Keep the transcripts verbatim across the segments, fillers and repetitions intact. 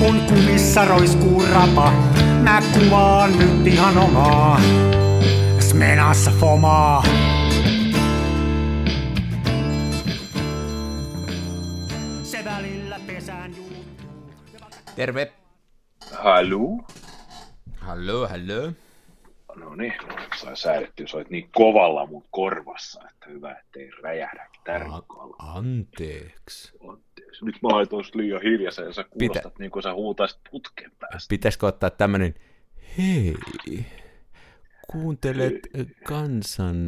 Kun kumissa roiskuu rapa, mä kuvaan nyt ihan omaa Smenassa fomaa. Se välillä pesään juuttuu. Terve. Haluu? Hallo, hallo. No niin, sai säädettyä, soit niin kovalla mun korvassa, että hyvä, ettei räjähdä tärkkoalla. Anteeksi. Anteeksi. Nyt mä laitoin liian hiljaisen ja sä kuulostat Pitä... niin kuin sä huutaisit putken päästä. Pitäisikö ottaa tämmönen, hei, kuuntelet hei. Kansan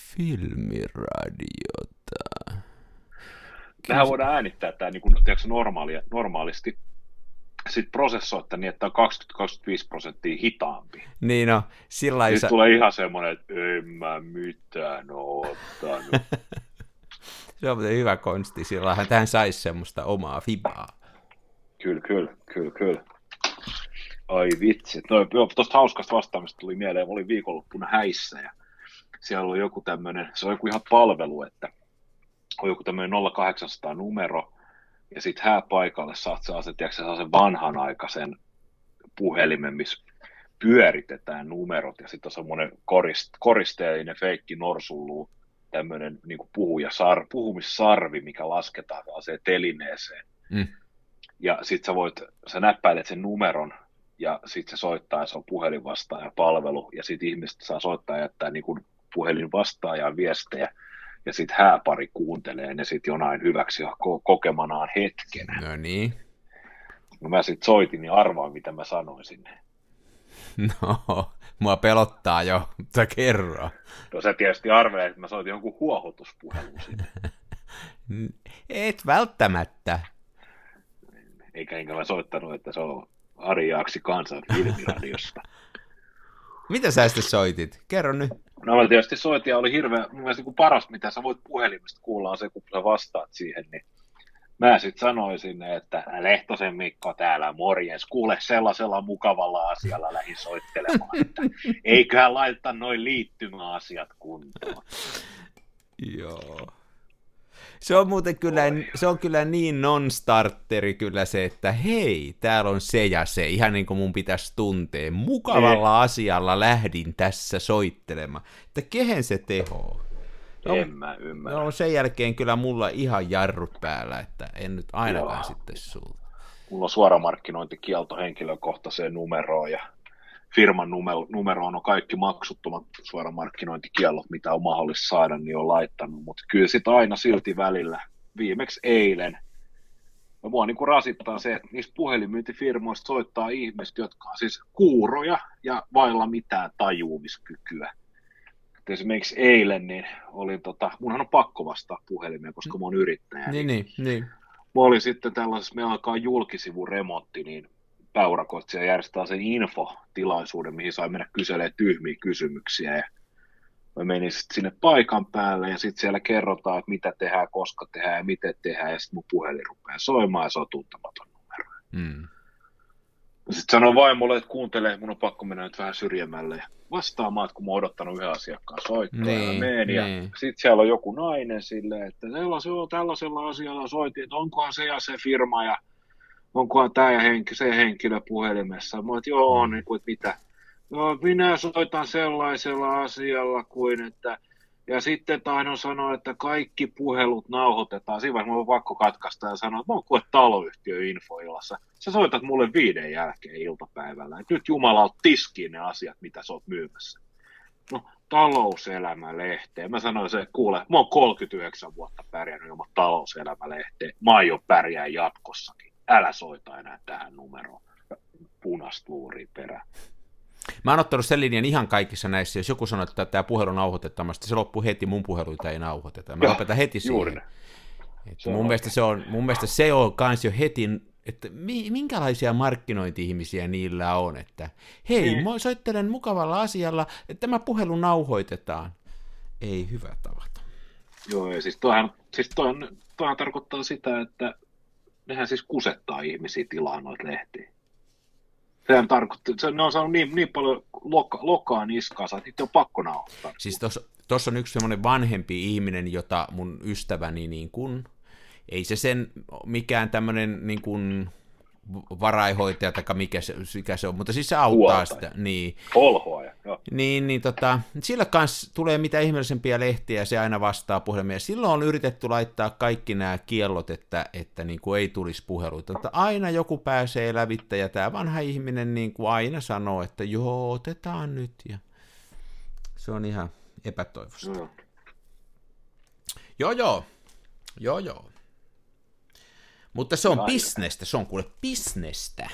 filmiradiota. Mehän voidaan äänittää tää niin kuin, tiedätkö, normaali, normaalisti. Sitten prosessoitta niin, että on kaksikymmentä kaksikymmentäviisi prosenttia hitaampi. Niin no, sillä lailla... Sitten tulee ihan semmoinen, että en mä mitään ole ottanut. Se on hyvä konsti, sillä lailla tähän saisi semmoista omaa fibaa. Kyllä, kyllä, kyllä, kyllä. Ai vitsi. No, tuosta hauskasta vastaamista tuli mieleen, olin viikonloppuna häissä ja siellä oli joku tämmöinen, se on joku ihan palvelu, että on joku tämmöinen nolla kahdeksansataa numero, ja sitten hääpaikalle saat sellaisen, tiedätkö, sellaisen vanhanaikaisen puhelimen, missä pyöritetään numerot, ja sitten on semmoinen korist, koristeellinen feikki norsulluu, tämmöinen niin kuin puhuja, sar, puhumissarvi, mikä lasketaan sellaiseen telineeseen. Mm. Ja sitten sä voit, sä näppäilet sen numeron, ja sitten se soittaa, ja se on puhelinvastaajapalvelu, ja sitten ihmiset saa soittaa ja jättää niin kuin puhelinvastaajan viestejä, ja sitten hääpari kuuntelee ne sitten jonain hyväksi ko- kokemanaan hetken. No niin. No mä sitten soitin, niin arvaan, mitä mä sanoin sinne. No, mua pelottaa jo, mutta kerro. No sä tietysti arvelet, että mä soitin jonkun huohotuspuhelun sinne. Et välttämättä. Eikä enkä mä soittanut, että se on Ari Jaaksi Kansan filmiradiosta. Mitä sä sitten soitit? Kerro nyt. No mä tietysti soitin ja oli hirveä, mun mielestä niin paras, mitä sä voit puhelimesta kuulla, on se, kun sä vastaat siihen, niin mä sitten sanoin sinne, että Lehtosen Mikko täällä, morjens, kuule sellaisella mukavalla asialla lähin soittelemaan, että eiköhän laittaa noin liittymäasiat kuntoon. Joo. Se on muuten kyllä, se on kyllä niin non-starteri kyllä se, että hei, täällä on se ja se, ihan niin kuin mun pitäisi tuntea. Mukavalla ei. asialla lähdin tässä soittelemaan, että kehen se tehoo? No, en mä ymmärrä. No sen jälkeen kyllä mulla ihan jarrut päällä, että en nyt ainakaan Joo. sitten sulta. Mulla on suoramarkkinointikielto henkilökohtaiseen numeroon ja firman numeroon on kaikki maksuttomat suoramarkkinointikiellot, mitä on mahdollista saada, niin on laittanut, mutta kyllä sitten aina silti välillä, viimeksi eilen, ja mua niin kuin rasittaa se, että niistä puhelinmyyntifirmoista soittaa ihmiset, jotka on siis kuuroja ja vailla mitään tajuumiskykyä. Et esimerkiksi eilen, niin olin tota, munhan on pakko vastaa puhelimeen, koska mä oon yrittäjä. Niin, niin, niin. Mä olin sitten tällaisessa, me alkaa julkisivuremontti, niin pääurakoitsija järjestää sen infotilaisuuden, mihin sai mennä kyselemään tyhmiä kysymyksiä. Ja mä menin sitten sinne paikan päälle ja sitten siellä kerrotaan, että mitä tehdään, koska tehdään ja miten tehdään. Ja sitten mun puhelin rupeaa soimaan ja se on tuntematon numero. Mm. Sitten sanoin vaimolle, että kuuntele, mun on pakko mennä nyt vähän syrjemmälle. Vastaamaan, että kun mä oon odottanut yhden asiakkaan soittaa niin, ja meen. Niin. Ja sitten siellä on joku nainen silleen, että sellaisella, tällaisella asialla soitin, että onkohan se ja se firma ja onkohan tämä ja henki, se henkilö puhelimessa. Mä oon, että joo, niin kuin, että mitä. No, minä soitan sellaisella asialla kuin, että, ja sitten Taino sanoi, että kaikki puhelut nauhoitetaan. Siinä vaiheessa mä oon pakko katkaista ja sanoa, että mä oon kuin taloyhtiö infoillassa. Sä soitat mulle viiden jälkeen iltapäivällä. Et nyt Jumala tiskiin ne asiat, mitä sä oot myymässä. No, talouselämä-lehteen. Mä sanoin se, kuule, mä oon kolmekymmentäyhdeksän vuotta pärjännyt ilman talouselämä-lehteen. Mä aion pärjää jatkossakin. Älä soita enää tähän numeroon. Punasta luuria perään. Mä oon ottanut sen linjan ihan kaikissa näissä, jos joku sanoo, että tämä puhelu on nauhoitettamasta, se loppuu heti, mun puheluita ei nauhoiteta. Mä lopetan heti siihen. Mun mielestä, se on, mun mielestä se on kans jo heti, että minkälaisia markkinointi-ihmisiä niillä on, että hei, mä soittelen mukavalla asialla, että tämä puhelu nauhoitetaan. Ei hyvä tavata. Joo, ja siis toihan, siis toihan, toihan tarkoittaa sitä, että nehän siis kusettaa ihmisiä tilaa noita lehtiä. Sehän tarkoittaa, se, ne on saanut niin, niin paljon loka, lokaa niskansa, että niitä on pakko nauhoittaa. Siis tuossa on yksi semmoinen vanhempi ihminen, jota mun ystäväni, niin kun, ei se sen mikään tämmöinen niin kun varainhoitaja tai mikä se, mikä se on, mutta siis se auttaa Huoltaja. Sitä. Niin. Holhoaja, joo. Niin, niin tota, sillä kanssa tulee mitä ihmeellisempiä lehtiä ja se aina vastaa puhelimeen. Silloin on yritetty laittaa kaikki nämä kiellot, että, että niin kuin ei tulisi puheluita, mutta aina joku pääsee lävittä ja tämä vanha ihminen niin kuin aina sanoo, että joo, otetaan nyt ja se on ihan epätoivosta. Mm. Joo, joo, joo, joo. Mutta se on Aina. bisnestä, se on kuule bisnestä.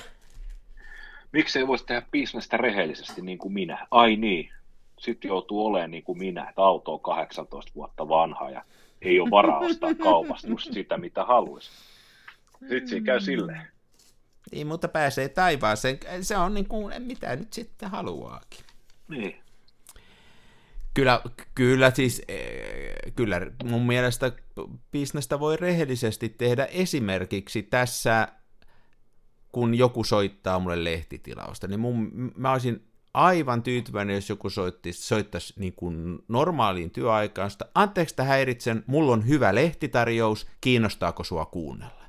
Miksi ei voisi tehdä bisnestä rehellisesti niin kuin minä? Ai niin, sitten joutuu olemaan niin kuin minä, että auto on kahdeksantoista vuotta vanha ja ei ole varaa ostaa kaupasta just sitä, mitä haluaisi. Sitten siinä käy silleen. Niin, mutta pääsee taivaaseen. Se on niin kuin, mitä nyt sitten haluaakin. Niin. Kyllä, kyllä siis, kyllä mun mielestä bisnestä voi rehellisesti tehdä esimerkiksi tässä, kun joku soittaa mulle lehtitilausta, niin mun, mä olisin aivan tyytyväinen, jos joku soittaisi, soittaisi niin kuin normaaliin työaikaan, sitä, anteeksi, että häiritsen, mulla on hyvä lehtitarjous, kiinnostaako sua kuunnella?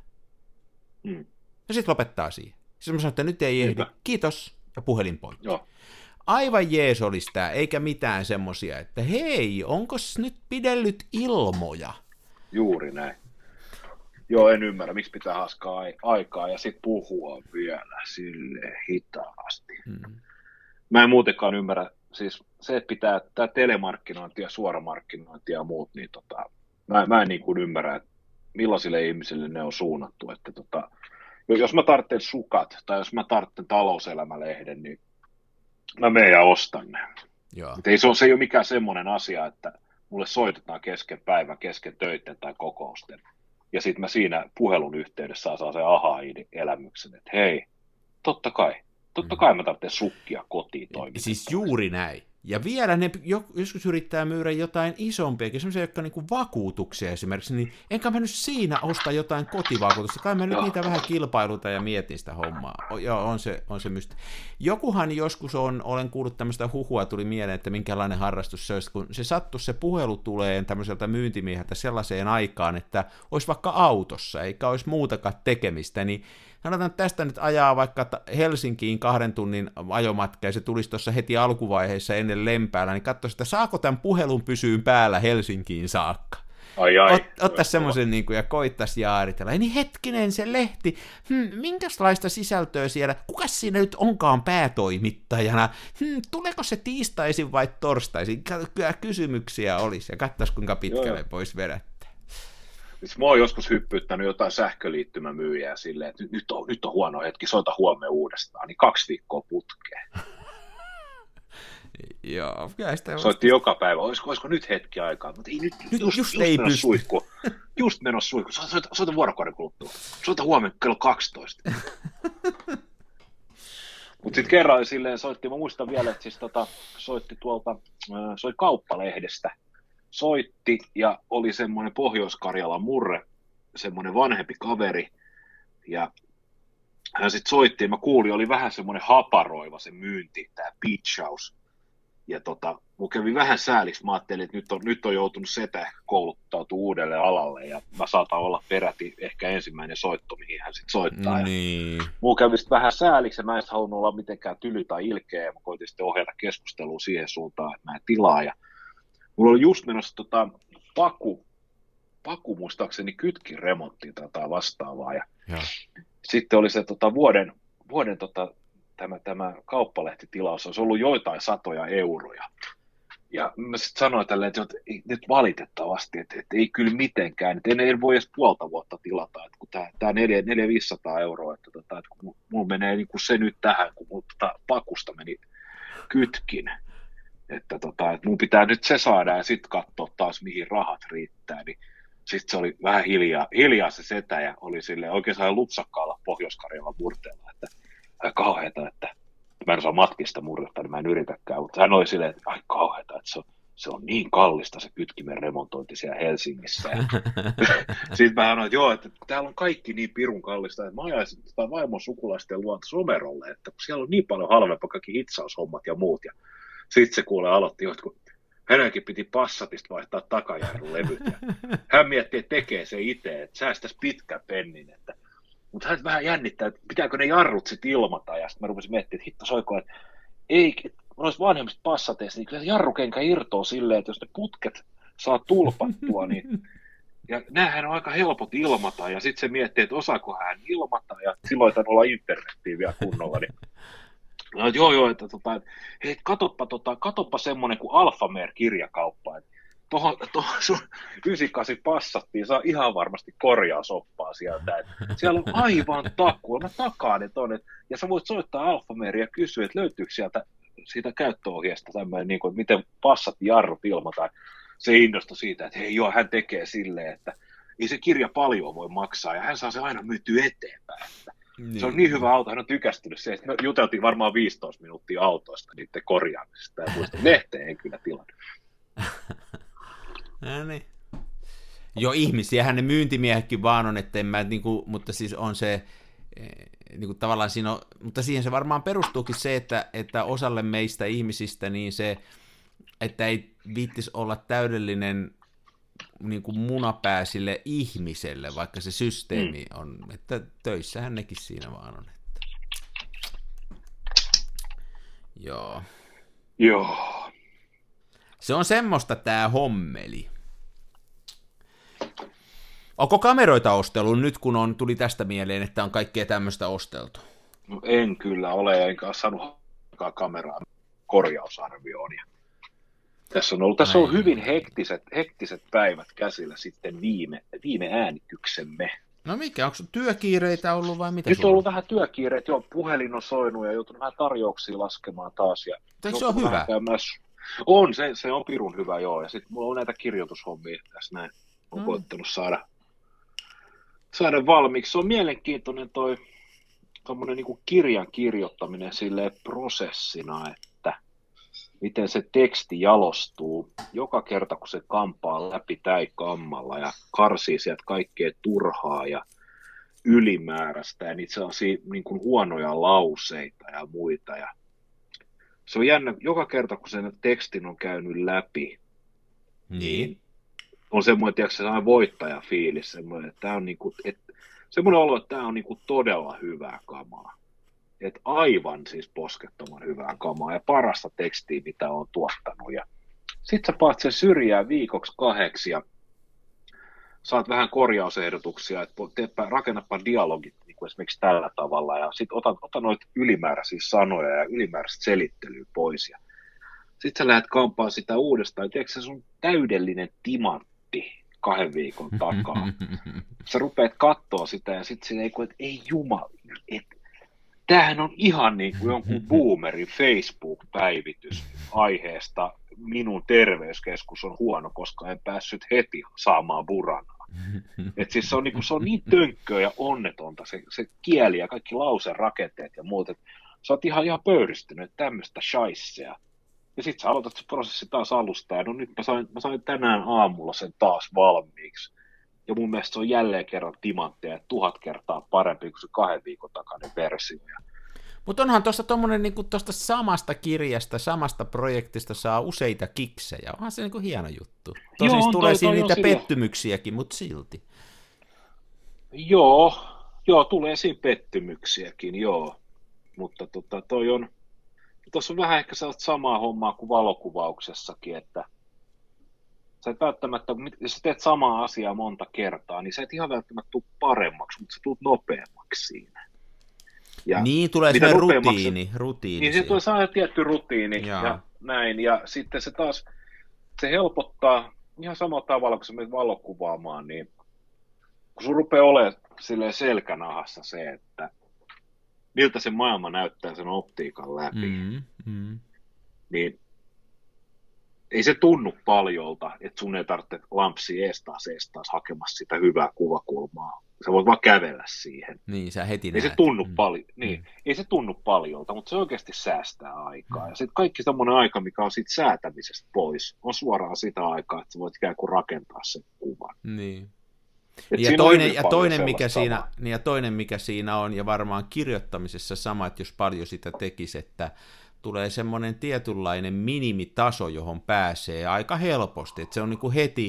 Mm. Ja sitten lopettaa siihen. Sitten mä sanon, että nyt ei ehdi, hyvä. Kiitos, ja puhelin poikki. Joo. Aivan jees olisi tämä, eikä mitään semmosia, että hei, onko nyt pidellyt ilmoja? Juuri näin. Joo, en ymmärrä, miksi pitää haskaa aikaa ja sitten puhua vielä silleen hitaasti. Hmm. Mä en muutenkaan ymmärrä, siis se, että pitää tämä telemarkkinointi ja suoramarkkinointi ja muut, niin tota, mä, mä en niin kuin ymmärrä, että millaisille ihmisille ne on suunnattu. Että tota, jos mä tarvitsen sukat tai jos mä tarvitsen talouselämälehden, niin mä menen ja ostan ne. Ei, se, on, se ei ole mikään semmoinen asia, että mulle soitetaan kesken päivän, kesken töiden tai kokousten. Ja sitten mä siinä puhelun yhteydessä saan sen aha-elämyksen, että hei, totta kai, totta kai mä tarvitsen sukkia kotiin toimimaan. Siis juuri näin. Ja vielä ne joskus yrittää myydä jotain isompiakin, semmoisia, jotka on niin vakuutuksia esimerkiksi, niin enkä mä nyt siinä osta jotain kotivakuutusta, kai mä nyt niitä vähän kilpailuta ja mietin sitä hommaa. O, joo, on se, on se mystä. Jokuhan joskus on, olen kuullut tämmöistä huhua, tuli mieleen, että minkälainen harrastus se olisi, kun se sattuu, se puhelu tulee tämmöiseltä myyntimieheltä sellaiseen aikaan, että olisi vaikka autossa, eikä olisi muutakaan tekemistä, niin sanotaan, että tästä nyt ajaa vaikka Helsinkiin kahden tunnin ajomatka, ja se tulisi tuossa heti alkuvaiheessa ennen Lempäällä, niin katsoisi, että saako tämän puhelun pysyyn päällä Helsinkiin saakka. Ai ai. Ot, ottaisi semmoisen niin kuin, ja koittaisi jaaritella. Niin hetkinen, se lehti, hmm, minkälaista sisältöä siellä, kuka siinä nyt onkaan päätoimittajana, hmm, tuleeko se tiistaisin vai torstaisin, kyllä kysymyksiä olisi, ja katsoisi kuinka pitkälle Joo. voisi vedättää. Siis mä oon joskus hyppyyttänyt jotain sähköliittymänmyyjää silleen, että nyt on, nyt on huono hetki, soita huomenna uudestaan, niin kaksi viikkoa putkeen. Joo, kyllä sitä soitti joka päivä, olisiko, olisiko nyt hetki aikaa, mutta ei nyt, nyt just, just, just ei menossa suihku, just menossa suihku, soita, soita vuorokauden kuluttua, soita huomenna kello kaksitoista. Mutta sitten kerran silleen soitti, mä muistan vielä, että siis tota, soitti tuolta, soi Kauppalehdestä, soitti ja oli semmoinen Pohjois-Karjalan murre, semmoinen vanhempi kaveri, ja hän sitten soitti, ja mä kuulin, oli vähän semmoinen haparoiva se myynti, tämä Beach House, ja tota, mun kävi vähän sääliksi, mä ajattelin, että nyt on, nyt on joutunut setä kouluttautua uudelle alalle, ja mä saatan olla peräti ehkä ensimmäinen soitto, mihin hän sitten soittaa. Niin. Mun kävi sitten vähän sääliksi, ja mä en halunnut olla mitenkään tyly tai ilkeä, ja mä koitin sitten ohjata keskustelua siihen suuntaan, että mä en tilaa, ja mulla oli just menossa tota, paku, paku muistaakseni kytkin remonttiin tai vastaavaa, ja, ja sitten oli se tota, vuoden, vuoden tota, tämä, tämä kauppalehtitilaus, olisi ollut joitain satoja euroja. Ja mä sitten sanoin tälleen, että, että nyt valitettavasti, että, että ei kyllä mitenkään, että en, en voi edes puolta vuotta tilata, että kun tämä, tämä neljä viisisataa euroa, että, että, että kun mulla menee niin kuin se nyt tähän, kun mulla tota, pakusta meni kytkin. Että, tota, että mun pitää nyt se saada ja sitten katsoa taas, mihin rahat riittää. Niin sitten se oli vähän hiljaa, hiljaa se setä ja oli sille oikein sellainen lupsakkaalla Pohjois-Karjalan murteella, että kauheata, että mä en saa matkista murretta, niin mä en yritäkään. Mutta hän oli silleen, että ai kauheata, että se on, se on niin kallista se kytkimen remontointi siellä Helsingissä. Sitten mä sanoin, että joo, että täällä on kaikki niin pirun kallista, että mä ajaisin tota vaimon sukulaisten luonta Somerolle, että siellä on niin paljon halvempaa kaikki hitsaushommat ja muut. Ja sitten se kuule aloitti, että kun hänenkin piti Passatista vaihtaa takajarrun levyt. Hän mietti, että tekee se itse, että säästäisi pitkän pennin. Että mutta hän vähän jännittää, että pitääkö ne jarrut sitten ilmata, ja sitten mä rupesin miettimään, että hitto soiko, että ei, että noissa vanhemmista passateissa, niin kyllä se jarrukenkä irtoaa silleen, että jos ne putket saa tulpattua, niin ja näähän on aika helpot ilmata, ja sitten se miettii, että osaako hän ilmata, ja silloin ei olla internettiä vielä kunnolla, niin no, joo, joo, että tota, hei, katoppa, tota, katoppa semmoinen kuin Alphamer-kirjakauppa, että tuohon sun yhdeksänkymmentäkahdeksan passattiin saa ihan varmasti korjausoppaa sieltä, että siellä on aivan takku, mä takaan, että on, että, ja sä voit soittaa Alphameria ja kysyä, että löytyykö sieltä siitä käyttöohjeesta tämmöinen, niin kuin, että miten passat jarrut ilmataan. Se innostui siitä, että hei joo, hän tekee silleen, että ei se kirja paljon voi maksaa, ja hän saa se aina myytyä eteenpäin. Niin. Se on niin hyvä auto, hän on tykästynyt se, että me juteltiin varmaan viisitoista minuuttia autoista niiden korjaamisesta, ja muista, lehteen en kyllä tilannut. No niin. Joo, ihmisiähän ne myyntimiehetkin vaan on, että en mä, niin kuin, mutta siis on se, niin kuin tavallaan siinä on, mutta siihen se varmaan perustuukin se, että, että osalle meistä ihmisistä niin se, että ei viittisi olla täydellinen niin kuin munapää sille ihmiselle, vaikka se systeemi mm. on, että töissähän nekin siinä vaan on. Että... Joo. Joo. Se on semmoista tää hommeli. Onko kameroita ostellut nyt, kun on, tuli tästä mieleen, että on kaikkea tämmöistä osteltu? No en kyllä ole, enkä ole saanut kameraa korjausarvioon. Ja tässä on ollut, tässä on hyvin hektiset, hektiset päivät käsillä sitten viime, viime äänityksemme. No mikä, onko työkiireitä ollut vai mitä? Nyt sulla? on ollut vähän työkiireitä, joo, puhelin on soinut ja joutunut vähän tarjouksia laskemaan taas. Ja eikö se ole hyvä? On, se, se on pirun hyvä, joo. Ja sitten mulla on näitä kirjoitushommia tässä näin. Olen mm. koettanut saada, saada valmiiksi. Se on mielenkiintoinen toi tommonen niinku kirjan kirjoittaminen silleen prosessina, että miten se teksti jalostuu joka kerta, kun se kampaa läpi täikammalla ja karsii sieltä kaikkea turhaa ja ylimääräistä ja niitä sellaisia niin kuin huonoja lauseita ja muita. Ja se on jännä, joka kerta, kun sen tekstin on käynyt läpi, niin on semmoinen, tiedätkö, sellainen voittajafiilis, semmoinen, että tämä on niin kuin, että, semmoinen olo, että tämä on niin kuin todella hyvää kamaa. Että aivan siis poskettoman hyvää kamaa ja parasta tekstiä, mitä on tuottanut. Ja sit sä paat sen syrjään viikoksi kahdeksi ja saat vähän korjausehdotuksia, että teepä, rakennapa dialogit niin kuin esimerkiksi tällä tavalla ja sit ota, ota noita ylimääräisiä sanoja ja ylimääräistä selittelyä pois. Ja sit sä lähdet kampaan sitä uudestaan, tiedätkö se sun täydellinen timantti kahden viikon takaa. Sä rupeat katsoa sitä ja sit siinä ei, että ei jumala, että tämähän on ihan niin kuin jonkun boomerin Facebook-päivitys aiheesta minun terveyskeskus on huono, koska en päässyt heti saamaan buranaa. Et siis se on niin, kuin, se on niin tönkköä ja onnetonta se, se kieli ja kaikki lauserakenteet ja muut, että sä oot ihan, ihan pöyristynyt, että tämmöistä shaisseja. Ja sit sä aloitat se prosessi taas alusta ja no nyt mä sain, mä sain tänään aamulla sen taas valmiiksi. Ja mun mielestä se on jälleen kerran timantteja tuhat kertaa parempi kuin se kahden viikon takainen versio. Mutta onhan tuosta tuommoinen niinku tuosta samasta kirjasta, samasta projektista saa useita kiksejä. Onhan se niinku hieno juttu. Tosin joo, tulee toi, siinä toi niitä silloin pettymyksiäkin, mutta silti. Joo, joo, tulee siinä pettymyksiäkin, joo. Mutta tota, toi on, tuossa on vähän ehkä sellaista samaa hommaa kuin valokuvauksessakin, että sä et välttämättä, jos sä teet samaa asiaa monta kertaa, niin sä et ihan välttämättä tule paremmaksi, mutta sä tulet nopeammaksi siinä. Ja niin, tulee se rutiini. rutiini niin, se tulee saada tietty rutiini ja. ja näin. Ja sitten se taas, se helpottaa ihan samalla tavalla, kun sä menet valokuvaamaan, niin kun sun rupeaa olemaan silleen selkänahassa se, että miltä se maailma näyttää sen optiikan läpi, mm, mm. niin ei se tunnu paljolta, että sun ei tarvitse lampsia ees taas ees taas hakemassa sitä hyvää kuvakulmaa. Sä voit vaan kävellä siihen. Niin, sä heti ei näet. Se tunnu mm. pal- niin, mm. Ei se tunnu paljolta, mutta se oikeasti säästää aikaa. Mm. Ja sitten kaikki semmoinen aika, mikä on siitä säätämisestä pois, on suoraan sitä aikaa, että sä voit ikään kuin rakentaa sen kuvan. Niin. Ja toinen, ja, toinen, mikä siinä, niin ja toinen, mikä siinä on, ja varmaan kirjoittamisessa sama, että jos paljon sitä tekisi, että tulee semmoinen tietynlainen minimitaso, johon pääsee aika helposti, että se on niin kuin heti,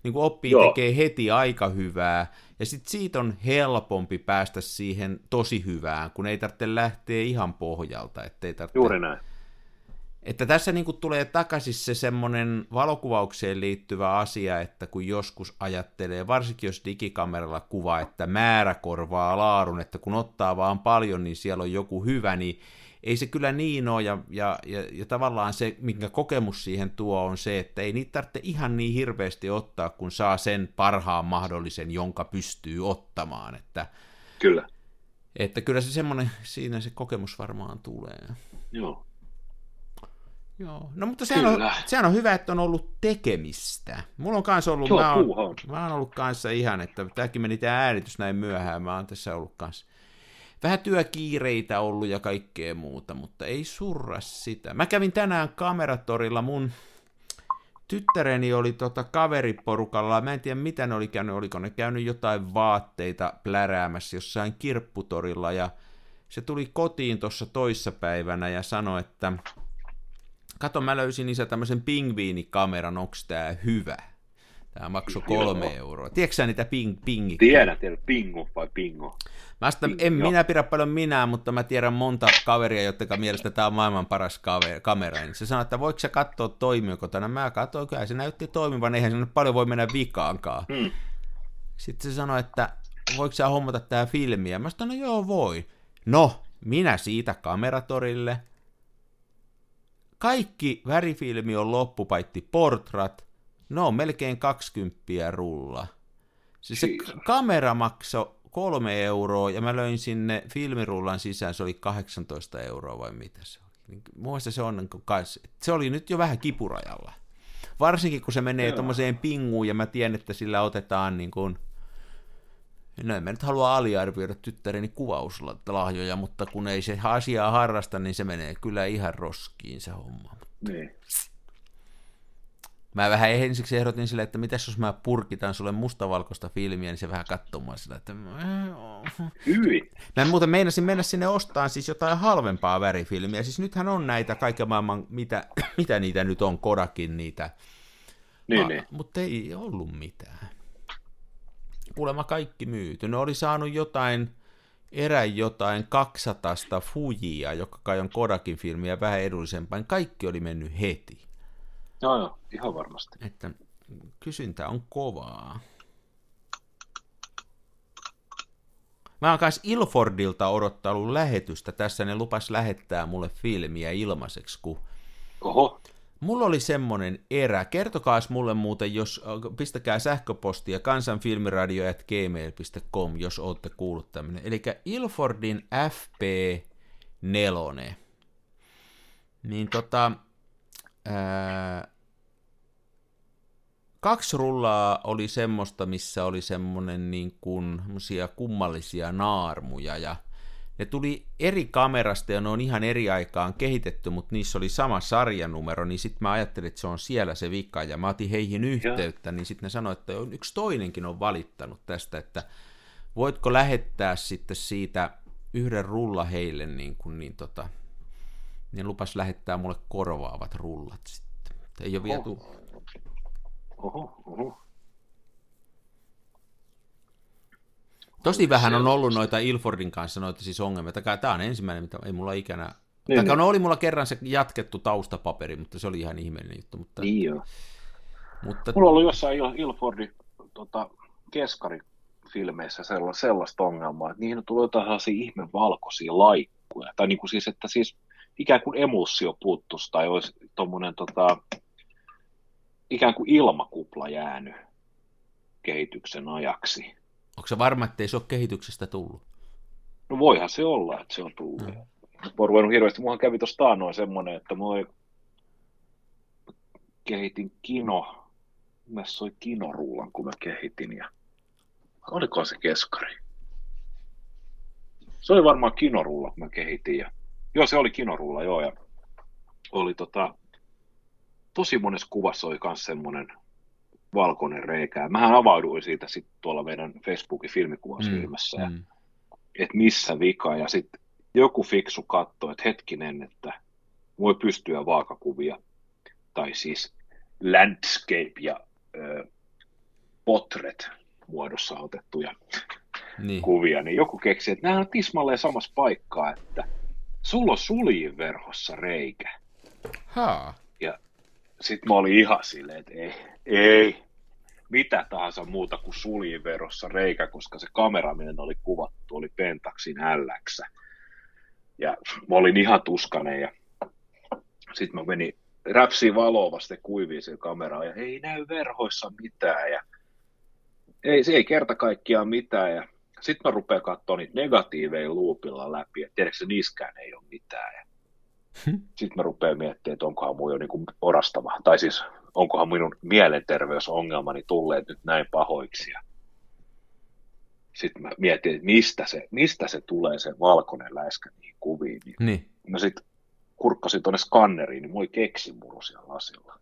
niin kuin oppii Joo. tekee heti aika hyvää, ja sitten siitä on helpompi päästä siihen tosi hyvään, kun ei tarvitse lähteä ihan pohjalta. Ettei tarvitse... Juuri näin. Että tässä niin kuin tulee takaisin se semmoinen valokuvaukseen liittyvä asia, että kun joskus ajattelee, varsinkin jos digikameralla kuvaa, että määrä korvaa laadun, että kun ottaa vaan paljon, niin siellä on joku hyvä, niin ei se kyllä niin ole, ja, ja, ja, ja tavallaan se, minkä kokemus siihen tuo, on se, että ei niitä tarvitse ihan niin hirveästi ottaa, kun saa sen parhaan mahdollisen, jonka pystyy ottamaan. Että, kyllä. Että kyllä se semmoinen, siinä se kokemus varmaan tulee. Joo. Joo, no mutta sehän on, sehän on hyvä, että on ollut tekemistä. Mulla on kanssa ollut, Joo, mä, oon, puuhaan. mä oon ollut kanssa ihan, että tämäkin meni tämä äänitys näin myöhään, mä oon tässä ollut kanssa vähän työkiireitä ollut ja kaikkea muuta, mutta ei surra sitä. Mä kävin tänään Kameratorilla, mun tyttäreni oli tota kaveriporukalla, mä en tiedä mitä ne oli käynyt, oliko ne käynyt jotain vaatteita pläräämässä jossain kirpputorilla, ja se tuli kotiin tuossa toissapäivänä ja sanoi, että kato, mä löysin isä tämmöisen pingviinikameran, onks tää hyvä? Tää maksoi kolme joo. euroa. Tiedätkö sä niitä ping, pingit? Tiedän, tiedän. Pingu vai pingo? Mä sitä, Ping, en joo. minä pidä paljon minä, mutta mä tiedän monta kaveria, jotka mielestä tää on maailman paras kaveri, kamera. Niin se sanoi, että voiko sä katsoa toimiuko tänä? Mä katsoin, kyllä se näytti toimivan, eihän se paljon voi mennä vikaankaan. Hmm. Sitten se sanoi, että voiko sä hommata tää filmiä? Mä sanoin, no joo voi. No, minä siitä Kameratorille. Kaikki värifilmi on loppu, paitsi Portrait. No on melkein kaksikymmentä rulla. Siis se kamera maksoi kolme euroa, ja mä löin sinne filmirullan sisään, se oli kahdeksantoista euroa vai mitä se oli. Muista se on, se oli nyt jo vähän kipurajalla. Varsinkin kun se menee tuommoiseen pinguun, ja mä tiedän, että sillä otetaan niin kuin, no en mä nyt halua aliarvioida tyttäreni kuvauslahjoja, mutta kun ei se asiaa harrasta, niin se menee kyllä ihan roskiin se homma. Niin. Mä vähän ensiksi ehdotin sille, että mitäs jos mä purkitan sulle mustavalkoista filmiä, niin se vähän katsomaan sillä, että... Hyi. Mä muuten meinasin mennä sinne ostamaan siis jotain halvempaa värifilmiä. Siis nythän on näitä kaiken maailman, mitä, mitä niitä nyt on, Kodakin niitä. Niin, ah, niin. Mutta ei ollut mitään. Kuulemma kaikki myyty. Ne oli saanut jotain, erä jotain kaksisataa Fujia, joka kai on Kodakin filmiä vähän edullisempaa. Kaikki oli mennyt heti. Joo, joo, ihan varmasti. Että kysyntä on kovaa. Mä oon kanssa Ilfordilta odottanut lähetystä. Tässä ne lupas lähettää mulle filmiä ilmaiseksi, kun... Oho. Mulla oli semmonen erä. Kertokaas mulle muuten, jos pistäkää sähköpostia kansanfilmiradio at gmail piste com, jos ootte kuullut tämmönen. Eli Ilfordin F P neljä. Niin tota... Ää, kaksi rullaa oli semmoista, missä oli semmoinen niin kuin kummallisia naarmuja, ja ne tuli eri kamerasta ja ne on ihan eri aikaan kehitetty, mutta niissä oli sama sarjanumero, niin sitten mä ajattelin, että se on siellä se vika, ja mä otin heihin yhteyttä, ja. Niin sitten ne sanoi, että yksi toinenkin on valittanut tästä, että voitko lähettää sitten siitä yhden rulla heille, niin kuin niin tota... niin lupas lähettää mulle korvaavat rullat sitten. Ei ole vielä tullut. Oho, oho. Tosi vähän on ollut noita Ilfordin kanssa noita siis ongelmia. Tämä on ensimmäinen, mitä ei mulla ikänä... Niin, niin. No oli mulla kerran se jatkettu taustapaperi, mutta se oli ihan ihmeellinen juttu. Mutta... Niin joo. Mutta... Mulla on ollut jossain Ilfordin tota, keskarifilmeissä sellaista ongelmaa, että niihin on tullut jotain sellaisia ihme valkoisia laikkuja. Tai niin kuin siis, että siis ikään kuin emulsio puuttuisi tai olisi tommonen tota, ikään kuin ilmakupla jäänyt kehityksen ajaksi. Onko se varma, että ei se ole kehityksestä tullut? No voihan se olla, että se on tullut. Mm. Mä oon ruvennut hirveästi. Mullahan kävi tuossa taannoin semmoinen, että mä kehitin kino. Mä soi kinorullan, kun mä kehitin. Ja... Olikohan se keskari? Se oli varmaan kinorulla, kun mä kehitin. Ja... Joo, se oli kinorulla, joo. Ja oli tota... Tosi monessa kuvassa oli myös semmoinen valkoinen reikä. Mähän avauduin siitä sitten tuolla meidän Facebookin filmikuvausfilmessä. Mm, mm. Että missä vika. Ja sitten joku fiksu katsoi, että hetkinen, että voi pystyä vaakakuvia. Tai siis landscape ja ö, potret muodossa otettuja niin. kuvia, niin joku keksi, että nämä on tismalleen samassa paikkaa, että sulla on suljin verhossa reikä. Haa. Ja sit mä olin ihan silleen, että ei, ei, mitä tahansa muuta kuin suljin verhossa reikä, koska se kamera, millä oli kuvattu, oli Pentaxin L X. Ja mä olin ihan tuskainen ja sit mä menin räpsiin valoa vasten kuiviin sillä kameraan ja ei näy verhoissa mitään ja ei, se ei kerta kaikkiaan mitään ja sitten mä rupean katsoa niitä negatiiveja luupilla läpi, että tiedätkö niiskään ei ole mitään ja sitten mä rupean miettimään, että onkohan mun jo niinku orastava, tai siis onkohan minun mielenterveysongelmani tulleet nyt näin pahoiksi ja sitten mä mietin, että mistä se, mistä se tulee se valkoinen läiskä niihin kuviin, niin, niin. mä sitten kurkkasin tuonne skanneriin, niin mulla oli keksimuru siellä lasilla.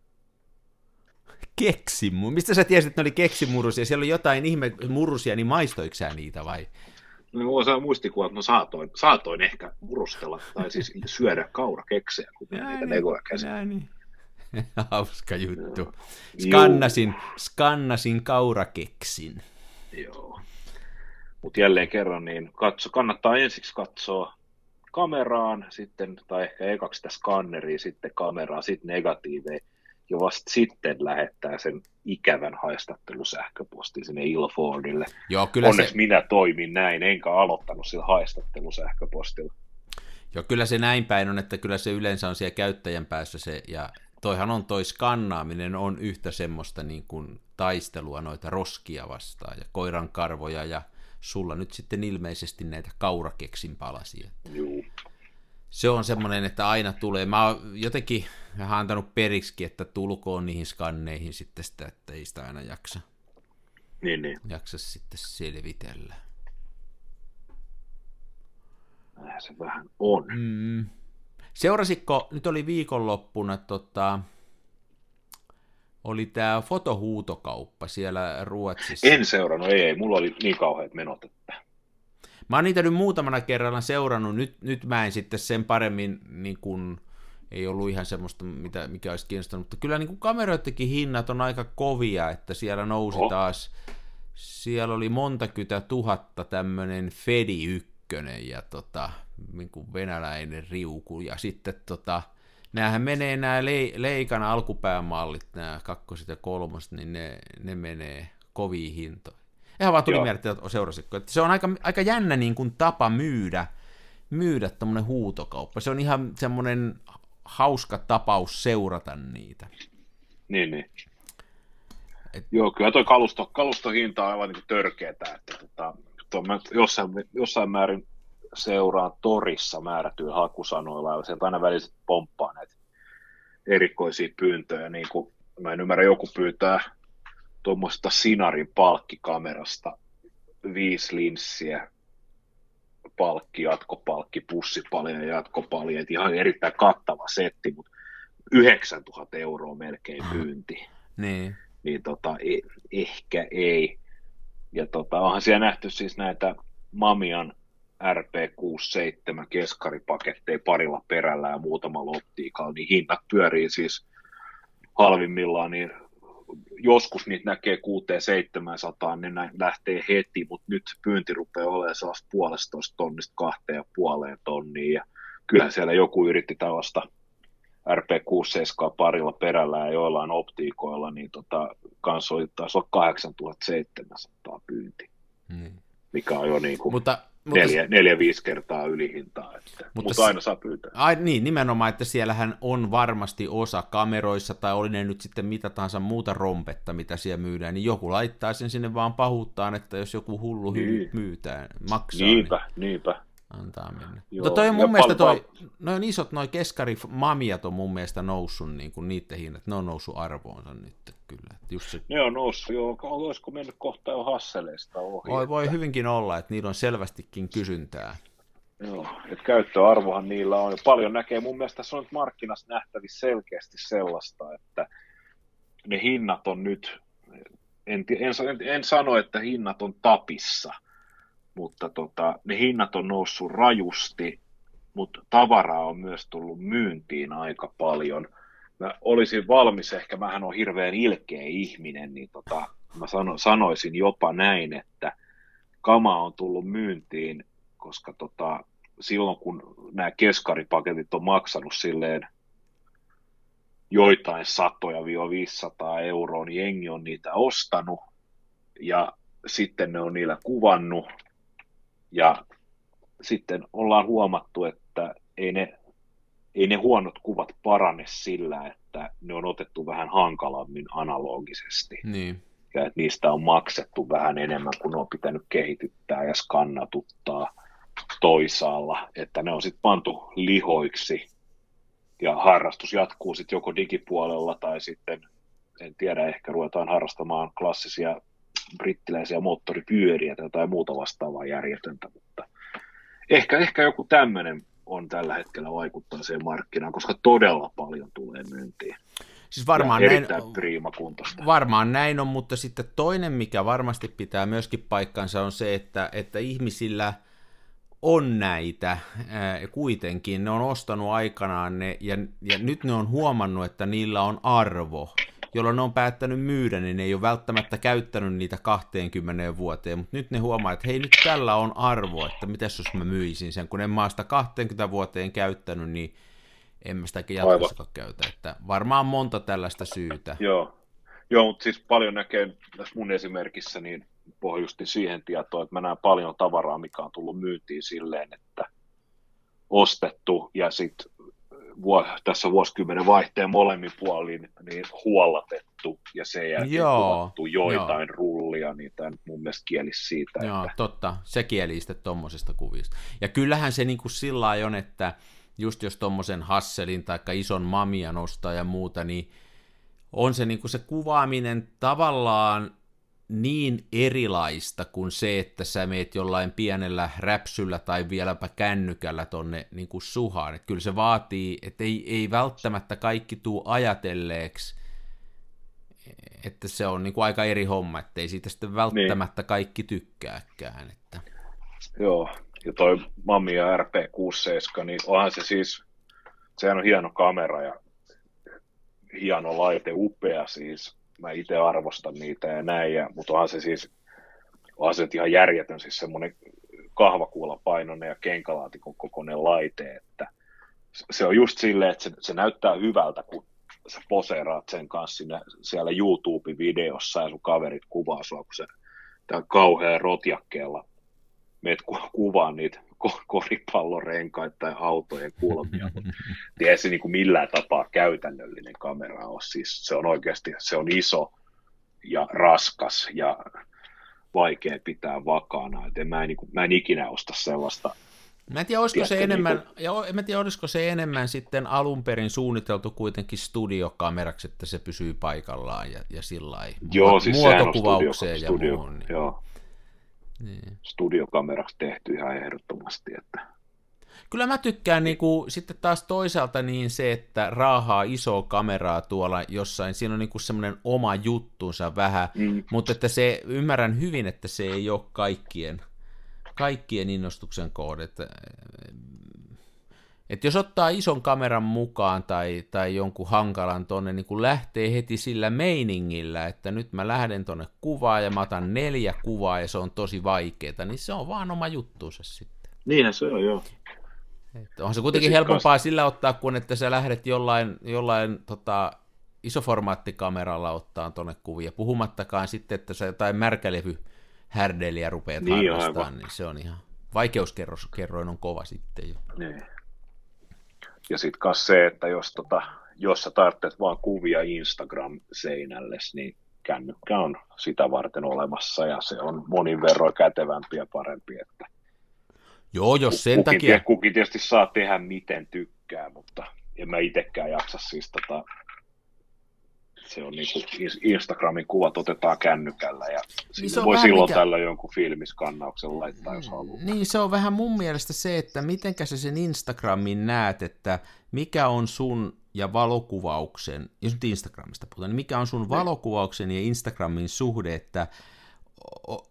Keksimuru? Mistä sä tiesit, että ne oli keksimurusia? Siellä oli jotain ihme murusia, niin maistoiko sä niitä vai? No mulla on sellainen muistikuva, että mä saatoin, saatoin ehkä murustella tai siis syödä kaurakeksejä, kun niitä niin, negoja käsin. Niin. Hauska juttu. No, skannasin, skannasin kaurakeksin. Joo. Mutta jälleen kerran, niin katso, kannattaa ensiksi katsoa kameraan, sitten, tai ehkä ekaksi sitä skanneriin, sitten kameraan, sitten negatiiveja, ja vasta sitten lähettää sen ikävän haistattelusähköpostin sinne Ilfordille. Joo, kyllä Onneksi se... minä toimin näin, enkä aloittanut sillä haistattelusähköpostilla. Joo, kyllä se näin päin on, että kyllä se yleensä on siellä käyttäjän päässä se, ja toihan on toi skannaaminen on yhtä semmoista niin kuin taistelua noita roskia vastaan, ja koiran karvoja, ja sulla nyt sitten ilmeisesti näitä kaurakeksin palasia. Joo. Se on semmoinen, että aina tulee. Mä oon jotenkin vähän antanut periksi, että tulkoon niihin skanneihin sitten sitä, että ei sitä aina jaksa. Niin, niin. Jaksa sitten selvitellä. Näin se vähän on. Mm. Seurasitko, nyt oli viikonloppuna, tota, oli tämä fotohuutokauppa siellä Ruotsissa. En seurannut, ei, ei, mulla oli niin kauheat menot, että... Mä oon niitä nyt muutamana kerralla seurannut, nyt, nyt mä en sitten sen paremmin, niin kun, ei ollut ihan semmoista, mitä, mikä olisi kiinnostanut, mutta kyllä niin kuin kameroidenkin hinnat on aika kovia, että siellä nousi oh. taas, siellä oli montakymmentä tuhatta tämmöinen Fedi ykkönen ja tota, niin kuin venäläinen riuku, ja sitten tota, näähän menee nämä Leikan alkupäämallit, nämä kakkoset ja kolmoset, niin ne, ne menee koviin hintoihin. Ihan vaan tuli mieleen, että seurasitko. Että se on aika, aika jännä niin kuin tapa myydä, myydä tommoinen huutokauppa. Se on ihan semmoinen hauska tapaus seurata niitä. Niin, niin. Et... Joo, kyllä toi kalusto, kalustohinta on aivan niin kuin törkeetä. Että, tota, mä jossain, jossain määrin seuraan torissa määrätyillä hakusanoilla, ja sieltä aina väliset pomppaa näitä erikoisia pyyntöjä. Niin kuin, mä en ymmärrä, joku pyytää tuommoista Sinarin palkkikamerasta viisi linssiä, palkki, jatkopalkki, pussipalja ja jatkopalja, et ihan erittäin kattava setti, mutta yhdeksäntuhatta euroa melkein pyynti. Niin. Niin tota, eh, ehkä ei. Ja tota, onhan siellä nähty siis näitä Mamian R P kuusikymmentäseitsemän keskaripaketteja parilla perällä ja muutamalla optiikalla, niin hinnat pyörii siis halvimmillaan, niin joskus niitä näkee kuuteen seitsemänsataa, ne lähtee heti, mutta nyt pyynti rupeaa olemaan sellaista puolestoista tonnista kahteen ja puoleen tonniin, ja kyllähän siellä joku yritti tällaista R P kuusikymmentäseitsemän parilla perällä ja joillain optiikoilla, niin tota, kanssa oli taas olla kahdeksantuhattaseitsemänsataa pyynti, hmm. mikä on jo niin kuin mutta, neljä, mutta, neljä, viisi kertaa ylihintaa, että, mutta, mutta aina saa pyytää. Ai, niin, nimenomaan, että siellähän on varmasti osa kameroissa, tai oli ne nyt sitten mitä tahansa muuta rompetta, mitä siellä myydään, niin joku laittaa sen sinne vaan pahuuttaan, että jos joku hullu niin. myytää, maksaa, niinpä, niin niinpä. Antaa mennä. Joo, mutta toi on mun mielestä, toi, noin isot noi keskarimamiat on mun mielestä noussut, niin kuin niiden hinnat, ne on noussut arvoonsa nyt kyllä. Just se... Ne on noussut, joo, olisiko mennyt kohta jo Hasseleista ohi. Voi, voi että... hyvinkin olla, että niillä on selvästikin kysyntää. Joo, että käyttöarvohan niillä on, paljon näkee, mun mielestä tässä on nyt markkinassa nähtävissä selkeästi sellaista, että ne hinnat on nyt, en, en, en sano, että hinnat on tapissa, mutta tota, ne hinnat on noussut rajusti, mutta tavaraa on myös tullut myyntiin aika paljon. Mä olisin valmis, ehkä mähän on hirveän ilkeä ihminen, niin tota, mä sano, sanoisin jopa näin, että kama on tullut myyntiin, koska tota, silloin kun nämä keskaripaketit on maksanut silleen joitain satoja viisisataa euroa, niin jengi on niitä ostanut ja sitten ne on niillä kuvannut ja sitten ollaan huomattu, että ei ne, ei ne huonot kuvat parane sillä, että ne on otettu vähän hankalammin analogisesti. Niin. Ja että niistä on maksettu vähän enemmän, kuin ne on pitänyt kehityttää ja skannatuttaa toisaalla, että ne on sitten pantu lihoiksi ja harrastus jatkuu sitten joko digipuolella tai sitten, en tiedä, ehkä ruvetaan harrastamaan klassisia brittiläisiä moottoripyöriä tai jotain muuta vastaavaa järjetöntä, mutta ehkä, ehkä joku tämmöinen on tällä hetkellä vaikuttaa siihen markkinaan, koska todella paljon tulee myyntiin. Siis varmaan näin, varmaan näin on, mutta sitten toinen, mikä varmasti pitää myöskin paikkansa, on se, että, että ihmisillä on näitä ää, kuitenkin, ne on ostanut aikanaan ne, ja, ja nyt ne on huomannut, että niillä on arvo, jolloin ne on päättänyt myydä, niin ne ei ole välttämättä käyttänyt niitä kaksikymmentä vuoteen, mutta nyt ne huomaa, että hei, nyt tällä on arvo, että mitäs jos mä myisin sen, kun en mä sitä kaksikymmentä vuoteen käyttänyt, niin en mä sitäkin jatkossakaan käytä, että varmaan monta tällaista syytä. Joo, Joo mutta siis paljon näkee tässä mun esimerkissä, niin pohjusti siihen tietoon, että mä näen paljon tavaraa, mikä on tullut myyntiin silleen, että ostettu ja sitten tässä vuosikymmenen vaihteen molemmin puolin niin huollatettu ja sen jälkeen joo, kuvattu joitain joo. rullia, niin tämä mun mielestä kielisi siitä. Joo, että... totta, se kieli sitten tuommoisesta kuvista. Ja kyllähän se niin kuin sillä lailla on, että just jos tuommoisen Hasselin tai ison Mamian ostaa ja muuta, niin on se, niin kuin se kuvaaminen tavallaan niin erilaista kuin se, että sä meet jollain pienellä räpsyllä tai vieläpä kännykällä tonne niin kuin suhaan. Että kyllä se vaatii, että ei, ei välttämättä kaikki tuu ajatelleeksi, että se on niin kuin aika eri homma, että ei siitä sitten välttämättä niin. kaikki tykkääkään. Että... Joo, ja toi Mamiya R P kuusikymmentäseitsemän, niin onhan se siis, sehän on hieno kamera ja hieno laite, upea siis. Mä itse arvostan niitä ja näin, ja, mutta onhan se siis onhan se ihan järjetön, siis semmoinen kahvakuulapainoinen ja kenkälaatikon kokoinen laite, että se on just silleen, että se, se näyttää hyvältä, kun sä poseeraat sen kanssa sinne, siellä YouTube-videossa ja sun kaverit kuvaa sua, kun sä tää kauhean rotjakkeella meet kuvaan niitä koripallorenkaita tai autojen kulmia, mutta ei se niin kuin millään tapaa käytännöllinen kamera ole. Siis se on oikeasti, se on iso ja raskas ja vaikea pitää vakaana. Et mä, en, niin kuin, mä en ikinä osta sellaista. Mä en tiedä, olisiko se enemmän, niin kuin... ja en tiedä, olisiko se enemmän sitten alun perin suunniteltu kuitenkin studiokameraksi, että se pysyy paikallaan ja, ja sillä lailla Joo, siis muotokuvaukseen studio, ja studio, muuhun. Niin. Joo. Niin. Studiokameraksi tehty ihan ehdottomasti. Että... Kyllä mä tykkään niin kuin, sitten taas toisaalta niin se, että raahaa isoa kameraa tuolla jossain, siinä on niin kuin semmoinen oma juttunsa vähän, mm. mutta että se, ymmärrän hyvin, että se ei ole kaikkien, kaikkien innostuksen kohde. Että, että jos ottaa ison kameran mukaan tai, tai jonkun hankalan tonne, niin kun lähtee heti sillä meiningillä, että nyt mä lähden tonne kuvaan ja mä otan neljä kuvaa ja se on tosi vaikeeta, niin se on vaan oma juttuunsa sitten. Niinhän se on, joo. Että onhan se kuitenkin helpompaa kas... sillä ottaa, kuin että sä lähdet jollain, jollain tota, isoformaattikameralla ottaa tonne kuvia, puhumattakaan sitten, että sä jotain märkälevyhärdeliä rupeat niin harrastamaan, niin se on ihan, vaikeuskerroin on kova sitten jo. Niin. Ja sitten myös se, että jos, tota, jos sä tarvitset vaan kuvia Instagram-seinälle, niin kännykkä on sitä varten olemassa, ja se on monin verroin kätevämpi ja parempi. Että joo, jos sen kukin, takia... Kukin tietysti saa tehdä miten tykkää, mutta en mä itsekään jaksa siis tota... Se on niin kuin Instagramin kuvat otetaan kännykällä ja niin voi silloin mikä... tällä jonkun filmiskannauksen laittaa, jos haluaa. Niin se on vähän mun mielestä se, että mitenkä sä sen Instagramin näet, että mikä on sun ja valokuvauksen, jos nyt Instagramista puhutaan, niin mikä on sun niin. valokuvauksen ja Instagramin suhde, että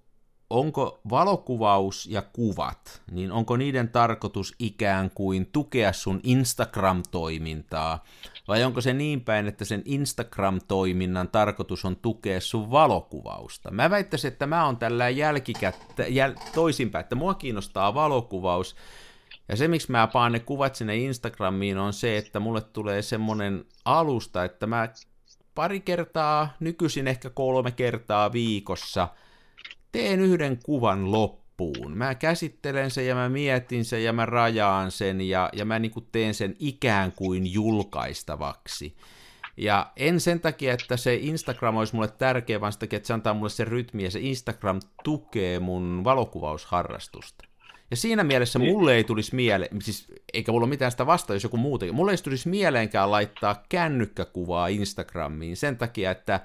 onko valokuvaus ja kuvat, niin onko niiden tarkoitus ikään kuin tukea sun Instagram-toimintaa, vai onko se niin päin, että sen Instagram-toiminnan tarkoitus on tukea sun valokuvausta? Mä väittäisin, että mä oon tällä jälkikättä, jäl, toisinpäin, että mua kiinnostaa valokuvaus, ja se, miksi mä paan ne kuvat sinne Instagramiin, on se, että mulle tulee semmoinen alusta, että mä pari kertaa, nykyisin ehkä kolme kertaa viikossa, teen yhden kuvan loppuun. Mä käsittelen sen ja mä mietin sen ja mä rajaan sen ja, ja mä niin kuin teen sen ikään kuin julkaistavaksi. Ja en sen takia, että se Instagram olisi mulle tärkeä, vaan sen takia, että se antaa mulle sen rytmi ja se Instagram tukee mun valokuvausharrastusta. Ja siinä mielessä mulle ei tulisi mieleen, siis eikä mulla ole mitään sitä vastaa, jos joku muu tekee, mulle ei tulisi mieleenkään laittaa kännykkäkuvaa Instagramiin sen takia, että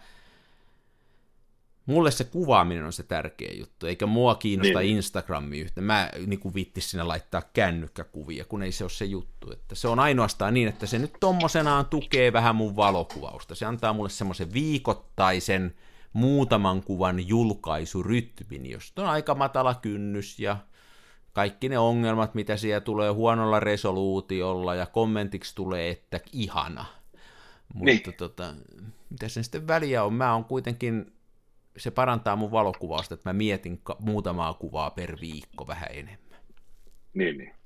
mulle se kuvaaminen on se tärkeä juttu, eikä mua kiinnosta niin. Instagrami yhtä. Mä niin kuin vittis sinne laittaa kännykkäkuvia, kun ei se ole se juttu. Että se on ainoastaan niin, että se nyt tommosenaan tukee vähän mun valokuvausta. Se antaa mulle semmoisen viikoittaisen muutaman kuvan julkaisurytmin, josta on aika matala kynnys ja kaikki ne ongelmat, mitä siellä tulee huonolla resoluutiolla ja kommentiksi tulee, että ihana. Mutta niin. tota, mitä sen sitten väliä on? Mä oon kuitenkin, se parantaa mun valokuvausta, että mä mietin ka- muutamaa kuvaa per viikko vähän enemmän. Niin, niin.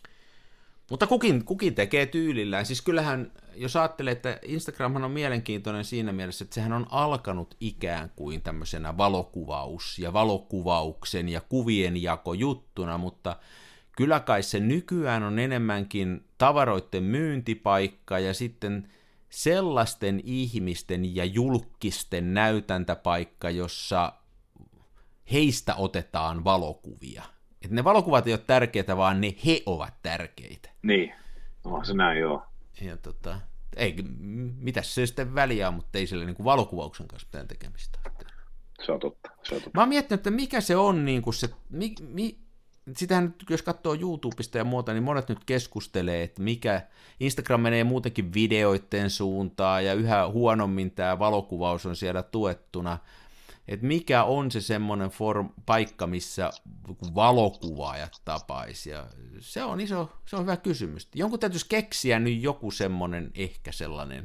Mutta kukin, kukin tekee tyylillään. Siis kyllähän, jos ajattelee, että Instagramhan on mielenkiintoinen siinä mielessä, että sehän on alkanut ikään kuin tämmöisenä valokuvaus- ja valokuvauksen ja kuvien jakojuttuna, mutta kyllä kai se nykyään on enemmänkin tavaroiden myyntipaikka ja sitten sellaisten ihmisten ja julkisten näytäntäpaikka, jossa heistä otetaan valokuvia. Että ne valokuvat ei ole tärkeitä, vaan ne he ovat tärkeitä. Niin, no se näin joo. Ja tota, ei, mitäs se sitten väliä on, mutta ei sille niin kuin valokuvauksen kanssa mitään tekemistä. Se on totta, se on totta. Mä oon miettinyt, että mikä se on, niin kuin se, mi, mi, sitähän nyt, jos katsoo YouTubesta ja muuta, niin monet nyt keskustelee, että mikä, Instagram menee muutenkin videoiden suuntaan, ja yhä huonommin tämä valokuvaus on siellä tuettuna, että mikä on se semmoinen form, paikka, missä valokuvaajat tapaisi, ja se on iso, se on hyvä kysymys. Jonkun täytyisi keksiä nyt joku semmoinen, ehkä sellainen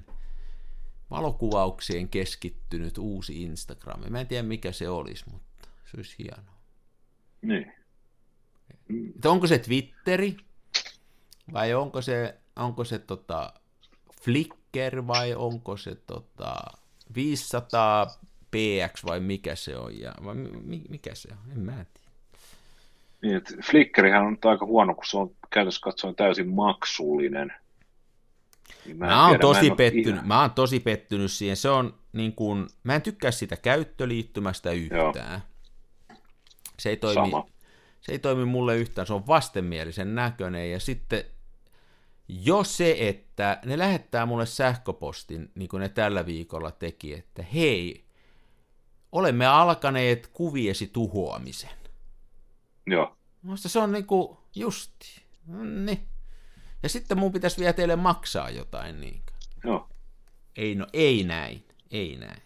valokuvauksien keskittynyt uusi Instagram. Mä en tiedä, mikä se olisi, mutta se olisi hienoa. Niin. Että onko se Twitteri, vai onko se, onko se tota Flickr, vai onko se tota viisisataa P X, vai mikä se on, ja, vai mikä se on, en mä tiedä. Niin, että Flickrihän on nyt aika huono, kun se on käytössä katsoen täysin maksullinen. Niin mä, mä, oon tiedä, tosi mä, pettynyt, ihan... mä oon tosi pettynyt siihen, se on niin kuin, mä en tykkää sitä käyttöliittymästä yhtään. Joo. Se ei toimi, Sama. se ei toimi mulle yhtään, se on vastenmielisen näköinen, ja sitten jo se, että ne lähettää mulle sähköpostin, niin kuin ne tällä viikolla teki, että hei, olemme alkaneet kuviesi tuhoamisen. Joo. Minusta se on niinku justi. Niin. Ja sitten mun pitäisi vielä teille maksaa jotain. Niin. Joo. Ei, no, ei näin. Ei näin.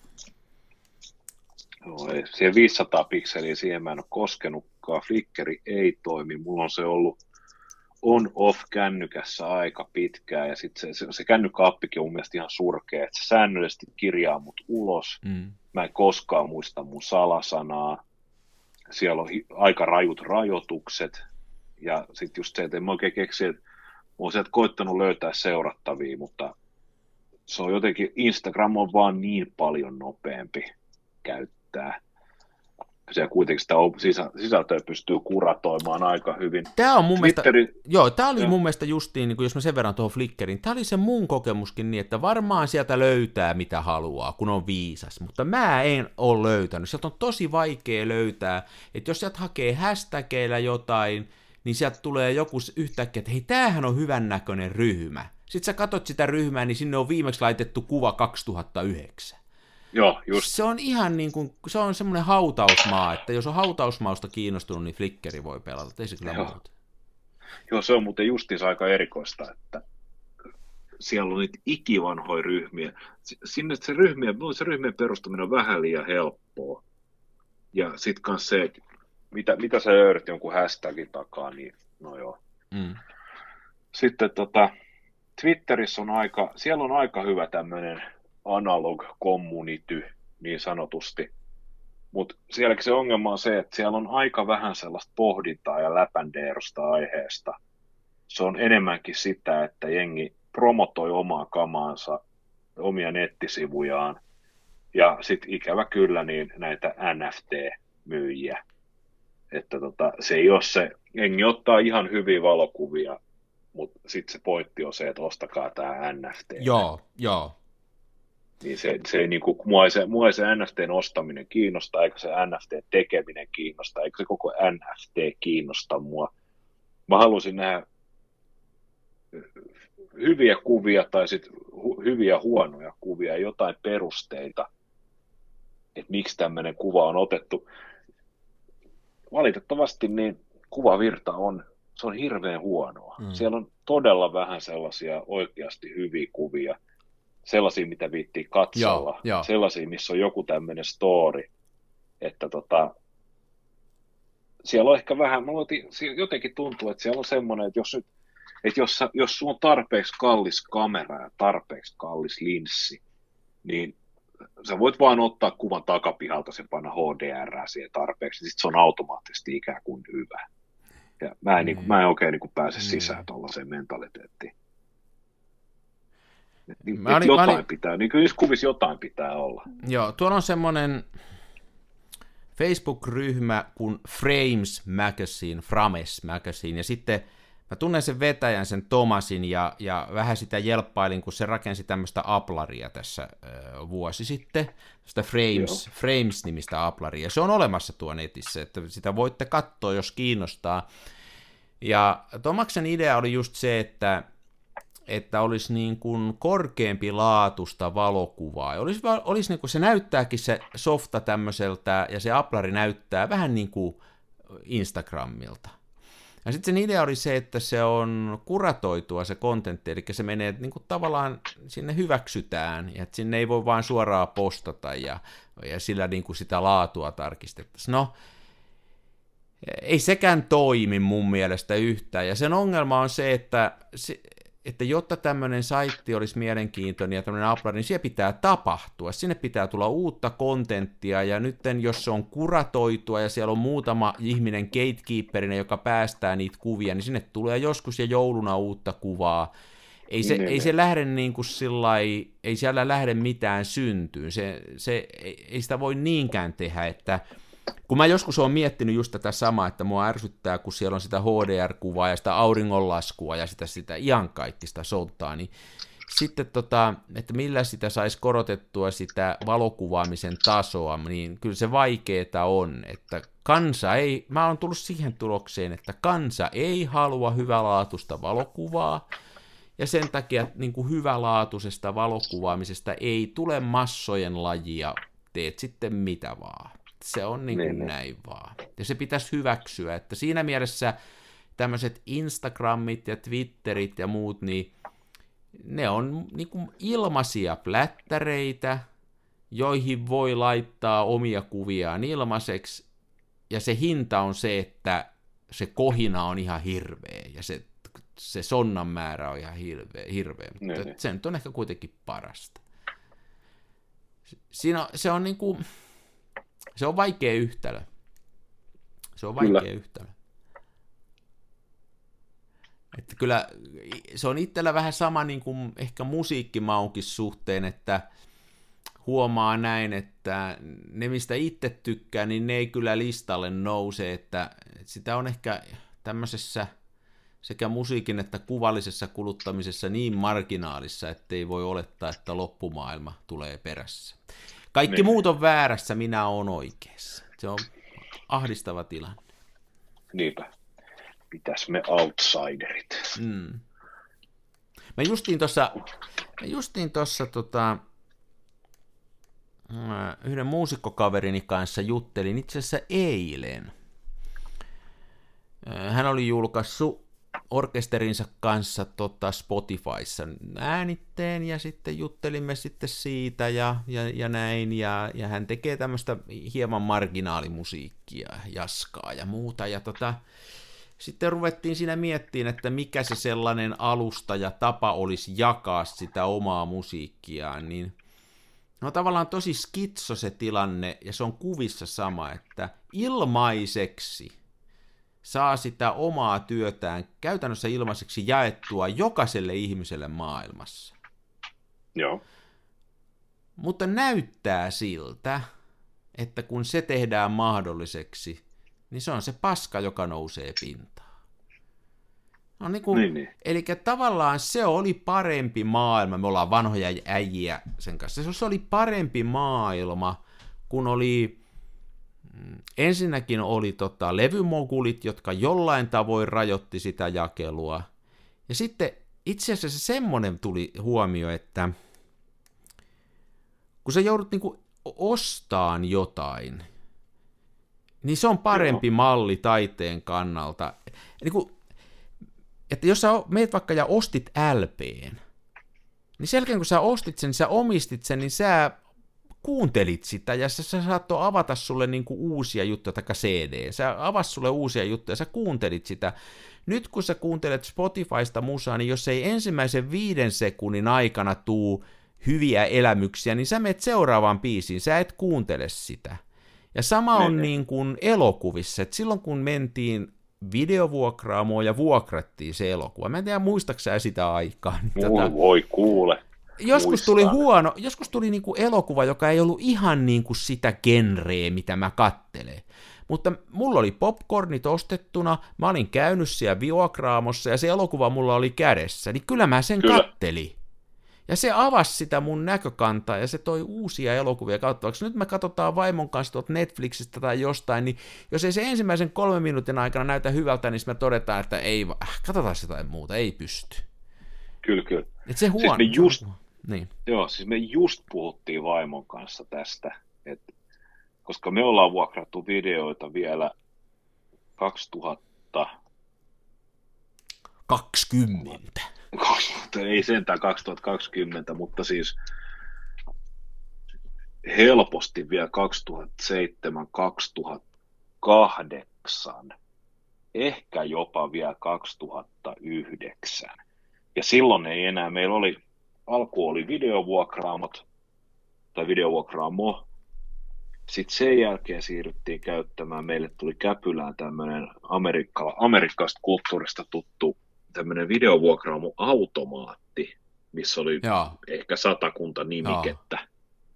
Joo, ei. Siihen viisisataa pikseliä siihen mä en ole koskenutkaan. Flickri ei toimi. Mulla on se ollut on-off kännykässä aika pitkään. Ja sitten se, se, se kännykkäappikin on mun mielestä ihan surkea. Että se säännöllisesti kirjaa mut ulos. Mm. Mä en koskaan muista mun salasanaa. Siellä on aika rajut rajoitukset, ja sitten just se, että en mä oikein keksi, että olen sieltä koittanut löytää seurattavia, mutta se on jotenkin, Instagram on vaan niin paljon nopeampi käyttää. Siellä kuitenkin sitä sisältöä pystyy kuratoimaan aika hyvin. Tämä on mun Twitteri... mielestä, joo, tämä oli ja. mun mielestä justiin, niin jos mä sen verran tuohon Flickriin, tämä oli se mun kokemuskin niin, että varmaan sieltä löytää mitä haluaa, kun on viisas, mutta mä en ole löytänyt. Sieltä on tosi vaikea löytää, että jos sieltä hakee hashtageilla jotain, niin sieltä tulee joku yhtäkkiä, että hei, tämähän on hyvän näköinen ryhmä. Sitten sä katot sitä ryhmää, niin sinne on viimeksi laitettu kuva kaksituhattayhdeksän. Joo, just. Se on ihan niin kuin, se on semmoinen hautausmaa, että jos on hautausmausta kiinnostunut, niin Flickri voi pelata, ei se kyllä muuta. Joo, se on muuten justiinsa aika erikoista, että siellä on niitä ikivanhoja ryhmiä. Sinne se ryhmien, se ryhmien perustaminen on vähän liian helppoa. Ja sitten kans se, että mitä, mitä sä löydät jonkun hashtagin takaa, niin no joo. Mm. Sitten tota, Twitterissä on aika, siellä on aika hyvä tämmöinen analog community, niin sanotusti. Mutta sielläkin se ongelma on se, että siellä on aika vähän sellaista pohdintaa ja läpändeerosta aiheesta. Se on enemmänkin sitä, että jengi promotoi omaa kamaansa, omia nettisivujaan, ja sitten ikävä kyllä niin näitä N F T-myyjiä. Että tota, se ei ole se, jengi ottaa ihan hyviä valokuvia, mutta sitten se pointti on se, että ostakaa tämä N F T. Joo, joo. Niin se, se ei niinku, mua ei se, mua ei se N F T:n ostaminen kiinnosta, eikä se N F T:n tekeminen kiinnosta, eikä se koko N F T kiinnosta mua. Mä halusin nähdä hyviä kuvia tai sitten hu- hyviä huonoja kuvia, jotain perusteita, että miksi tämmöinen kuva on otettu. Valitettavasti niin kuvavirta on, se on hirveän huonoa. Mm. Siellä on todella vähän sellaisia oikeasti hyviä kuvia, sellaisia, mitä viittii katsella, joo, joo. sellaisia, missä on joku tämmöinen story, että tota, siellä on ehkä vähän, mä luotin, jotenkin tuntuu, että siellä on semmoinen, että jos, nyt, että jos, jos sulla on tarpeeksi kallis kamera ja tarpeeksi kallis linssi, niin sä voit vaan ottaa kuvan takapihalta ja panna H D R siihen tarpeeksi, sitten se on automaattisesti ikään kuin hyvä. Ja mä en, mm. niin kuin, mä en oikein niin kuin pääse sisään mm. tuollaiseen mentaliteettiin. Niin, olin, jotain olin... pitää, niin kyllä niissä kuvissa jotain pitää olla. Joo, tuolla on semmoinen Facebook-ryhmä kuin Frames Magazine, Frames Magazine, ja sitten mä tunnen sen vetäjän, sen Thomasin, ja, ja vähän sitä jelppailin, kun se rakensi tämmöistä aplaria tässä äh, vuosi sitten, sitä Frames, Frames-nimistä aplaria, se on olemassa tuo netissä, että sitä voitte katsoa, jos kiinnostaa. Ja Thomaksen idea oli just se, että että olisi niin kuin korkeampi laatusta valokuvaa. Olisi, olisi niin kuin, se näyttääkin se softa tämmöiseltä, ja se aplari näyttää vähän niin kuin Instagramilta. Ja sitten sen idea oli se, että se on kuratoitua se kontentti, eli se menee niin kuin tavallaan, sinne hyväksytään, ja että sinne ei voi vaan suoraan postata, ja, ja sillä niin kuin sitä laatua tarkistettaisiin. No, ei sekään toimi mun mielestä yhtään, ja sen ongelma on se, että se, että jotta tämmöinen saitti olisi mielenkiintoinen ja tämmöinen aplari, niin siellä pitää tapahtua, sinne pitää tulla uutta kontenttia, ja nyt jos se on kuratoitua ja siellä on muutama ihminen gatekeeperina, joka päästää niitä kuvia, niin sinne tulee joskus ja jouluna uutta kuvaa. Ei se, ei se lähde niin kuin sillai, ei siellä lähde mitään syntyyn, se, se, ei sitä voi niinkään tehdä, että kun mä joskus oon miettinyt just tätä samaa, että mua ärsyttää, kun siellä on sitä H D R-kuvaa ja sitä auringonlaskua ja sitä, sitä iankaikkista sonttaa, niin sitten tota, että millä sitä saisi korotettua sitä valokuvaamisen tasoa, niin kyllä se vaikeeta on, että kansa ei, mä oon tullut siihen tulokseen, että kansa ei halua hyvälaatuista valokuvaa, ja sen takia niin kuin hyvälaatuisesta valokuvaamisesta ei tule massojen lajia, teet sitten mitä vaan. Se on niin kuin niin, näin vaan. Ja se pitäisi hyväksyä, että siinä mielessä tämmöiset Instagramit ja Twitterit ja muut, niin ne on niin kuin ilmaisia plättäreitä, joihin voi laittaa omia kuviaan ilmaiseksi, ja se hinta on se, että se kohina on ihan hirveä, ja se, se sonnan määrä on ihan hirveä, hirveä. Mutta niin. Se nyt on ehkä kuitenkin parasta. Siinä, se on niin kuin... Se on vaikea yhtälö. Se on vaikea kyllä. yhtälö. Että kyllä se on itsellä vähän sama niin kuin ehkä musiikkimaunkin suhteen, että huomaa näin, että ne mistä itse tykkää, niin ne ei kyllä listalle nouse, että sitä on ehkä tämmöisessä sekä musiikin että kuvallisessa kuluttamisessa niin marginaalissa, ettei voi olettaa, että loppumaailma tulee perässä. Kaikki niin. Muut on väärässä, minä olen oikeassa. Se on ahdistava tilanne. Niinpä. Pitäis me outsiderit. Mm. Mä justiin tuossa, mä justiin tuossa tota, yhden muusikkokaverini kanssa juttelin itse asiassa eilen. Hän oli julkaissut orkesterinsa kanssa tota Spotifyssa äänitteen ja sitten juttelimme sitten siitä ja, ja, ja näin, ja, ja hän tekee tämmöistä hieman marginaalimusiikkia, jaskaa ja muuta, ja tota, sitten ruvettiin siinä miettimään, että mikä se sellainen alusta ja tapa olisi jakaa sitä omaa musiikkiaan, niin no tavallaan tosi skitso se tilanne, ja se on kuvissa sama, että ilmaiseksi saa sitä omaa työtään käytännössä ilmaiseksi jaettua jokaiselle ihmiselle maailmassa. Joo. Mutta näyttää siltä, että kun se tehdään mahdolliseksi, niin se on se paska, joka nousee pintaan. No niin kuin, niin, niin. Eli tavallaan se oli parempi maailma, me ollaan vanhoja äijiä sen kanssa, se oli parempi maailma, kun oli, ensinnäkin oli tota, levymogulit, jotka jollain tavoin rajoitti sitä jakelua, ja sitten itse asiassa semmoinen tuli huomio, että kun sä joudut niin kuin ostaan jotain, niin se on parempi Joo. malli taiteen kannalta. Niin kuin, että jos sä meet vaikka ja ostit L P:n, niin sen jälkeen kun sä ostit sen, sä omistit sen, niin sä kuuntelit sitä, ja sä, sä saattoi avata sulle niin kuin uusia juttuja, taikka C D, sä avas sulle uusia juttuja, sä kuuntelit sitä. Nyt kun sä kuuntelet Spotifysta musaa, niin jos ei ensimmäisen viiden sekunnin aikana tuu hyviä elämyksiä, niin sä menet seuraavaan biisiin, sä et kuuntele sitä. Ja sama on ne, niin kuin elokuvissa, että silloin kun mentiin videovuokraamoon ja vuokrattiin se elokuva, mä en tiedä muistatko sä sitä aikaa. Niin tota, voi kuule. Joskus Muistan. tuli huono, joskus tuli niin kuin elokuva, joka ei ollut ihan niin kuin sitä genreä, mitä mä kattelen. Mutta mulla oli popcornit ostettuna, mä olin käynyt siellä vuokraamossa ja se elokuva mulla oli kädessä, niin kyllä mä sen kyllä. kattelin. Ja se avasi sitä mun näkökantaa, ja se toi uusia elokuvia katsottavaksi. Nyt me katsotaan vaimon kanssa tuolta Netflixistä tai jostain, niin jos ei se ensimmäisen kolmen minuutin aikana näytä hyvältä, niin me todetaan, että ei, äh, katsotaan jotain muuta, ei pysty. Kyllä, kyllä. Et se huono. Siis me just, niin. Joo, siis me just puhuttiin vaimon kanssa tästä, että koska me ollaan vuokrattu videoita vielä kaksituhatta kaksikymmentä. Ei sentään kaksituhattakaksikymmentä, mutta siis helposti vielä kaksituhattaseitsemän kaksituhattakahdeksan, ehkä jopa vielä kaksituhattayhdeksän. Ja silloin ei enää, meillä oli, alku oli videovuokraamot, tai videovuokraamo, sitten sen jälkeen siirryttiin käyttämään, meille tuli Käpylään tämmöinen Amerikka, amerikkalaisesta kulttuurista tuttu tämmöinen videovuokraamo automaatti, missä oli Jaa. ehkä satakunta nimikettä. Jaa.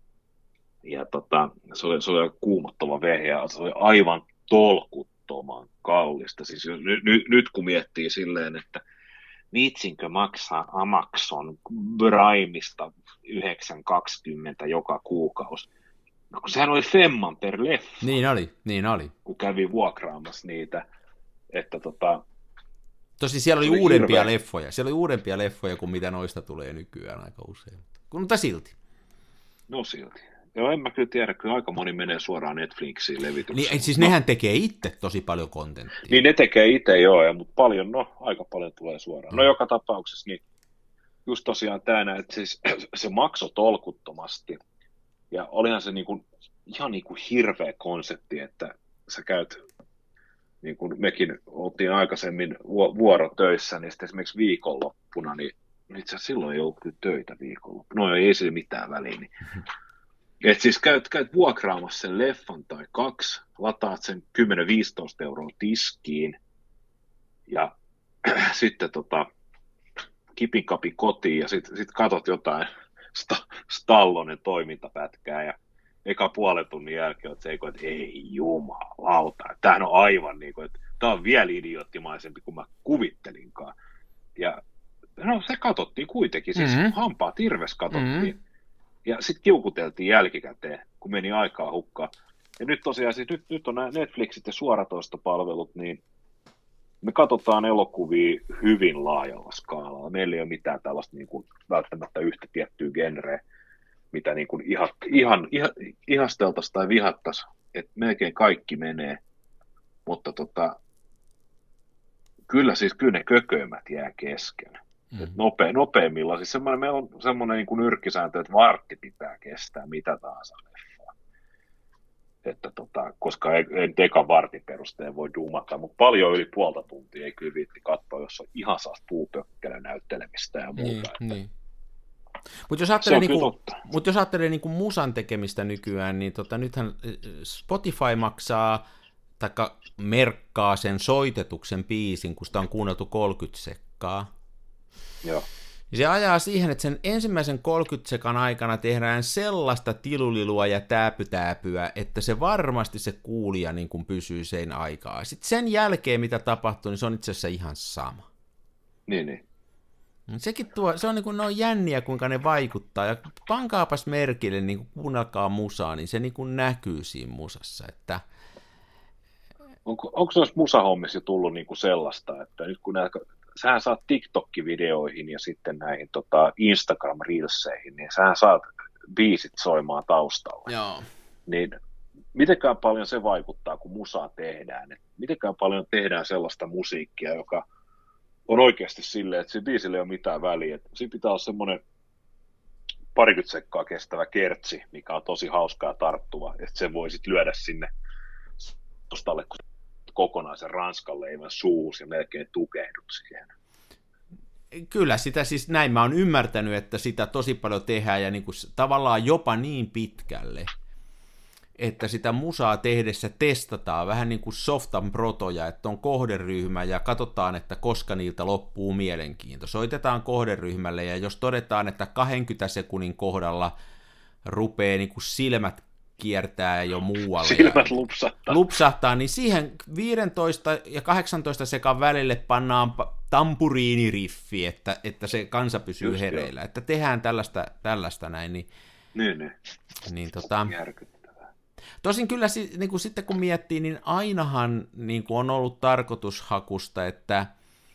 Ja tota, se oli, se oli kuumottava vehje, ja se oli aivan tolkuttoman kallista. Siis n- n- nyt kun miettii silleen, että viitsinkö maksaa Amazon Primeista yhdeksän kaksikymmentä joka kuukausi. No kun sehän oli femman per leffa. Niin oli, niin oli. Kun kävi vuokraamassa niitä, että tota... Tosi siellä oli, oli uudempia hirveä. leffoja. Siellä oli uudempia leffoja kuin mitä noista tulee nykyään aika usein. Mutta silti. No silti. Joo, en mä kyllä tiedä. Kyllä aika moni menee suoraan Netflixiin levitykseen. Niin, siis no. nehän tekee itse tosi paljon kontenttia. Niin ne tekee itse joo, ja, mutta paljon, no aika paljon tulee suoraan. Mm. No joka tapauksessa, niin just tosiaan tämä, että siis se maksoi tolkuttomasti. Ja olihan se niin kuin, ihan niin kuin hirveä konsepti, että sä käyt, niin kuin mekin oltiin aikaisemmin vuorotöissä, niin sitten esimerkiksi viikonloppuna, niin itse asiassa silloin ei ollut kyllä töitä viikonloppuna. No ei se mitään väliä. Niin. Et siis käyt, käyt vuokraamassa sen leffan tai kaksi, lataat sen kymmenen viisitoista euroa tiskiin ja sitten tota, kipinkapi kotiin ja sitten sit katot jotain sta, Stallonen toimintapätkää ja eka puolen tunnin jälkeen olet seiko, että ei jumalauta, tämähän on aivan niin kuin, että tämä on vielä idioottimaisempi kuin mä kuvittelinkaan. Ja no se katsottiin kuitenkin, siis mm-hmm. hampaat hirves katsottiin. Mm-hmm. Ja sitten kiukuteltiin jälkikäteen, kun meni aikaa hukkaan. Ja nyt tosiaan, siis nyt, nyt on nämä Netflixit ja suoratoistopalvelut, niin me katsotaan elokuvia hyvin laajalla skaalalla. Meillä ei ole mitään tällaista niin kuin, välttämättä yhtä tiettyä genreä, mitä niin kuin ihan, ihan, ihan, ihasteltaisiin tai vihattaisiin. Että melkein kaikki menee. Mutta tota, Kyllä siis kyllä ne kököimmät jää kesken. Mm. Nope, nopeimmilla, siis semmoinen, meillä on semmoinen niin kuin nyrkkisääntö, että vartti pitää kestää mitä tahansa leffaa. Että tota, koska ei, ei ekan vartin perusteen voi duumata, mutta paljon yli puolta tuntia ei kyllä viitti katsoa, jos on ihan saas puupökkelön näyttelemistä ja muuta. Niin, että... niin. Mutta jos ajattelee, niinku, mut jos ajattelee niinku musan tekemistä nykyään, niin tota, nythän Spotify maksaa taikka merkkaa sen soitetuksen biisin, kun sitä on kuunneltu kolmekymmentä sekkaa. Joo. Se ajaa siihen, että sen ensimmäisen kolmekymmentä sekan aikana tehdään sellaista tilulilua ja tääpytääpyä, että se varmasti se kuulija niin kuin pysyy sen aikaa. Sitten sen jälkeen, mitä tapahtuu, niin se on itse asiassa ihan sama. Niin, niin. Sekin tuo, se on niin kuin, ne on jänniä, kuinka ne vaikuttaa, ja pankaapas merkille, niin kuin kuunnelkaa musaa, niin se niin kuin näkyy siinä musassa, että... Onko, onko noissa musahommissa tullut niin kuin sellaista, että nyt kun näitä, sähän saat TikTok-videoihin ja sitten näihin tota, Instagram-reelseihin, niin sähän saat biisit soimaan taustalla. Joo. Niin mitenkään paljon se vaikuttaa, kun musaa tehdään, että mitenkään paljon tehdään sellaista musiikkia, joka on oikeasti silleen, että siinä biisillä ei ole mitään väliä. Siinä pitää olla semmoinen parikymmentä sekkaa kestävä kertsi, mikä on tosi hauskaa ja tarttuva, että se voi sitten lyödä sinne tostalle kokonaisen ranskan leivän suus ja melkein tukehdut siihen. Kyllä, sitä siis näin mä oon ymmärtänyt, että sitä tosi paljon tehdään ja niin kuin tavallaan jopa niin pitkälle, että sitä musaa tehdessä testataan vähän niin kuin softan protoja, että on kohderyhmä ja katsotaan, että koska niiltä loppuu mielenkiinto. Soitetaan kohderyhmälle ja jos todetaan, että kaksikymmentä sekunnin kohdalla rupeaa niin kuin silmät kiertää jo muualle. Silmät lupsahtaa. Lupsahtaa, niin siihen viisitoista ja kahdeksantoista sekan välille pannaan tampuriiniriffi, että, että se kansa pysyy just hereillä. Jo. Että tehdään tällaista, tällaista näin. Niin, niin, niin. niin tota, tosin kyllä niin kuin sitten kun miettii, niin ainahan niin kuin on ollut tarkoitushakusta, että,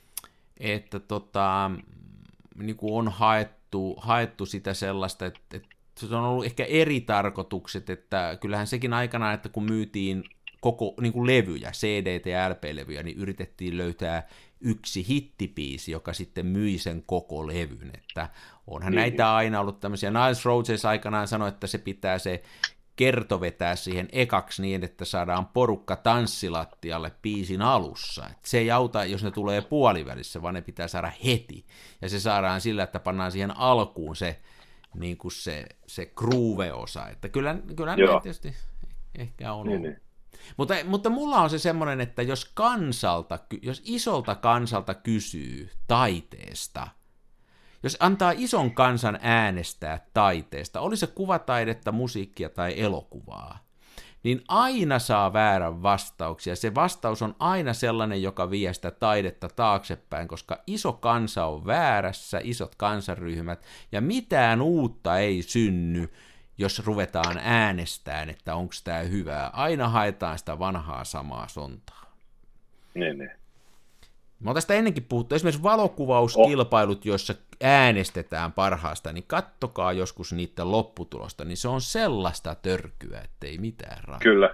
että tota, niin kuin on haettu, haettu sitä sellaista, että, että se on ollut ehkä eri tarkoitukset, että kyllähän sekin aikanaan, että kun myytiin koko niin kuin levyjä, C D- ja L P-levyjä, niin yritettiin löytää yksi hittipiisi, joka sitten myi sen koko levyn, että onhan niin, näitä aina ollut tämmöisiä. Niles Rhodes aikanaan sanoi, että se pitää se kerto vetää siihen ekaksi niin, että saadaan porukka tanssilattialle biisin alussa. Et se ei auta, jos ne tulee puolivälissä, vaan ne pitää saada heti. Ja se saadaan sillä, että pannaan siihen alkuun se, niin kuin se, se groove-osa. Että kyllä, kyllä ne tietysti ehkä on niin, niin. Mutta, mutta mulla on se semmoinen, että jos kansalta, jos isolta kansalta kysyy taiteesta, jos antaa ison kansan äänestää taiteesta, oli se kuvataidetta, musiikkia tai elokuvaa, niin aina saa väärän vastauksia. Se vastaus on aina sellainen, joka vie sitä taidetta taaksepäin, koska iso kansa on väärässä, isot kansanryhmät, ja mitään uutta ei synny, jos ruvetaan äänestämään, että onko tämä hyvää. Aina haetaan sitä vanhaa samaa sontaa. Niin, niin. Mä oon tästä ennenkin puhuttu, esimerkiksi valokuvauskilpailut, joissa äänestetään parhaasta, niin kattokaa joskus niiden lopputulosta, niin se on sellaista törkyä, ettei mitään rahaa. Kyllä.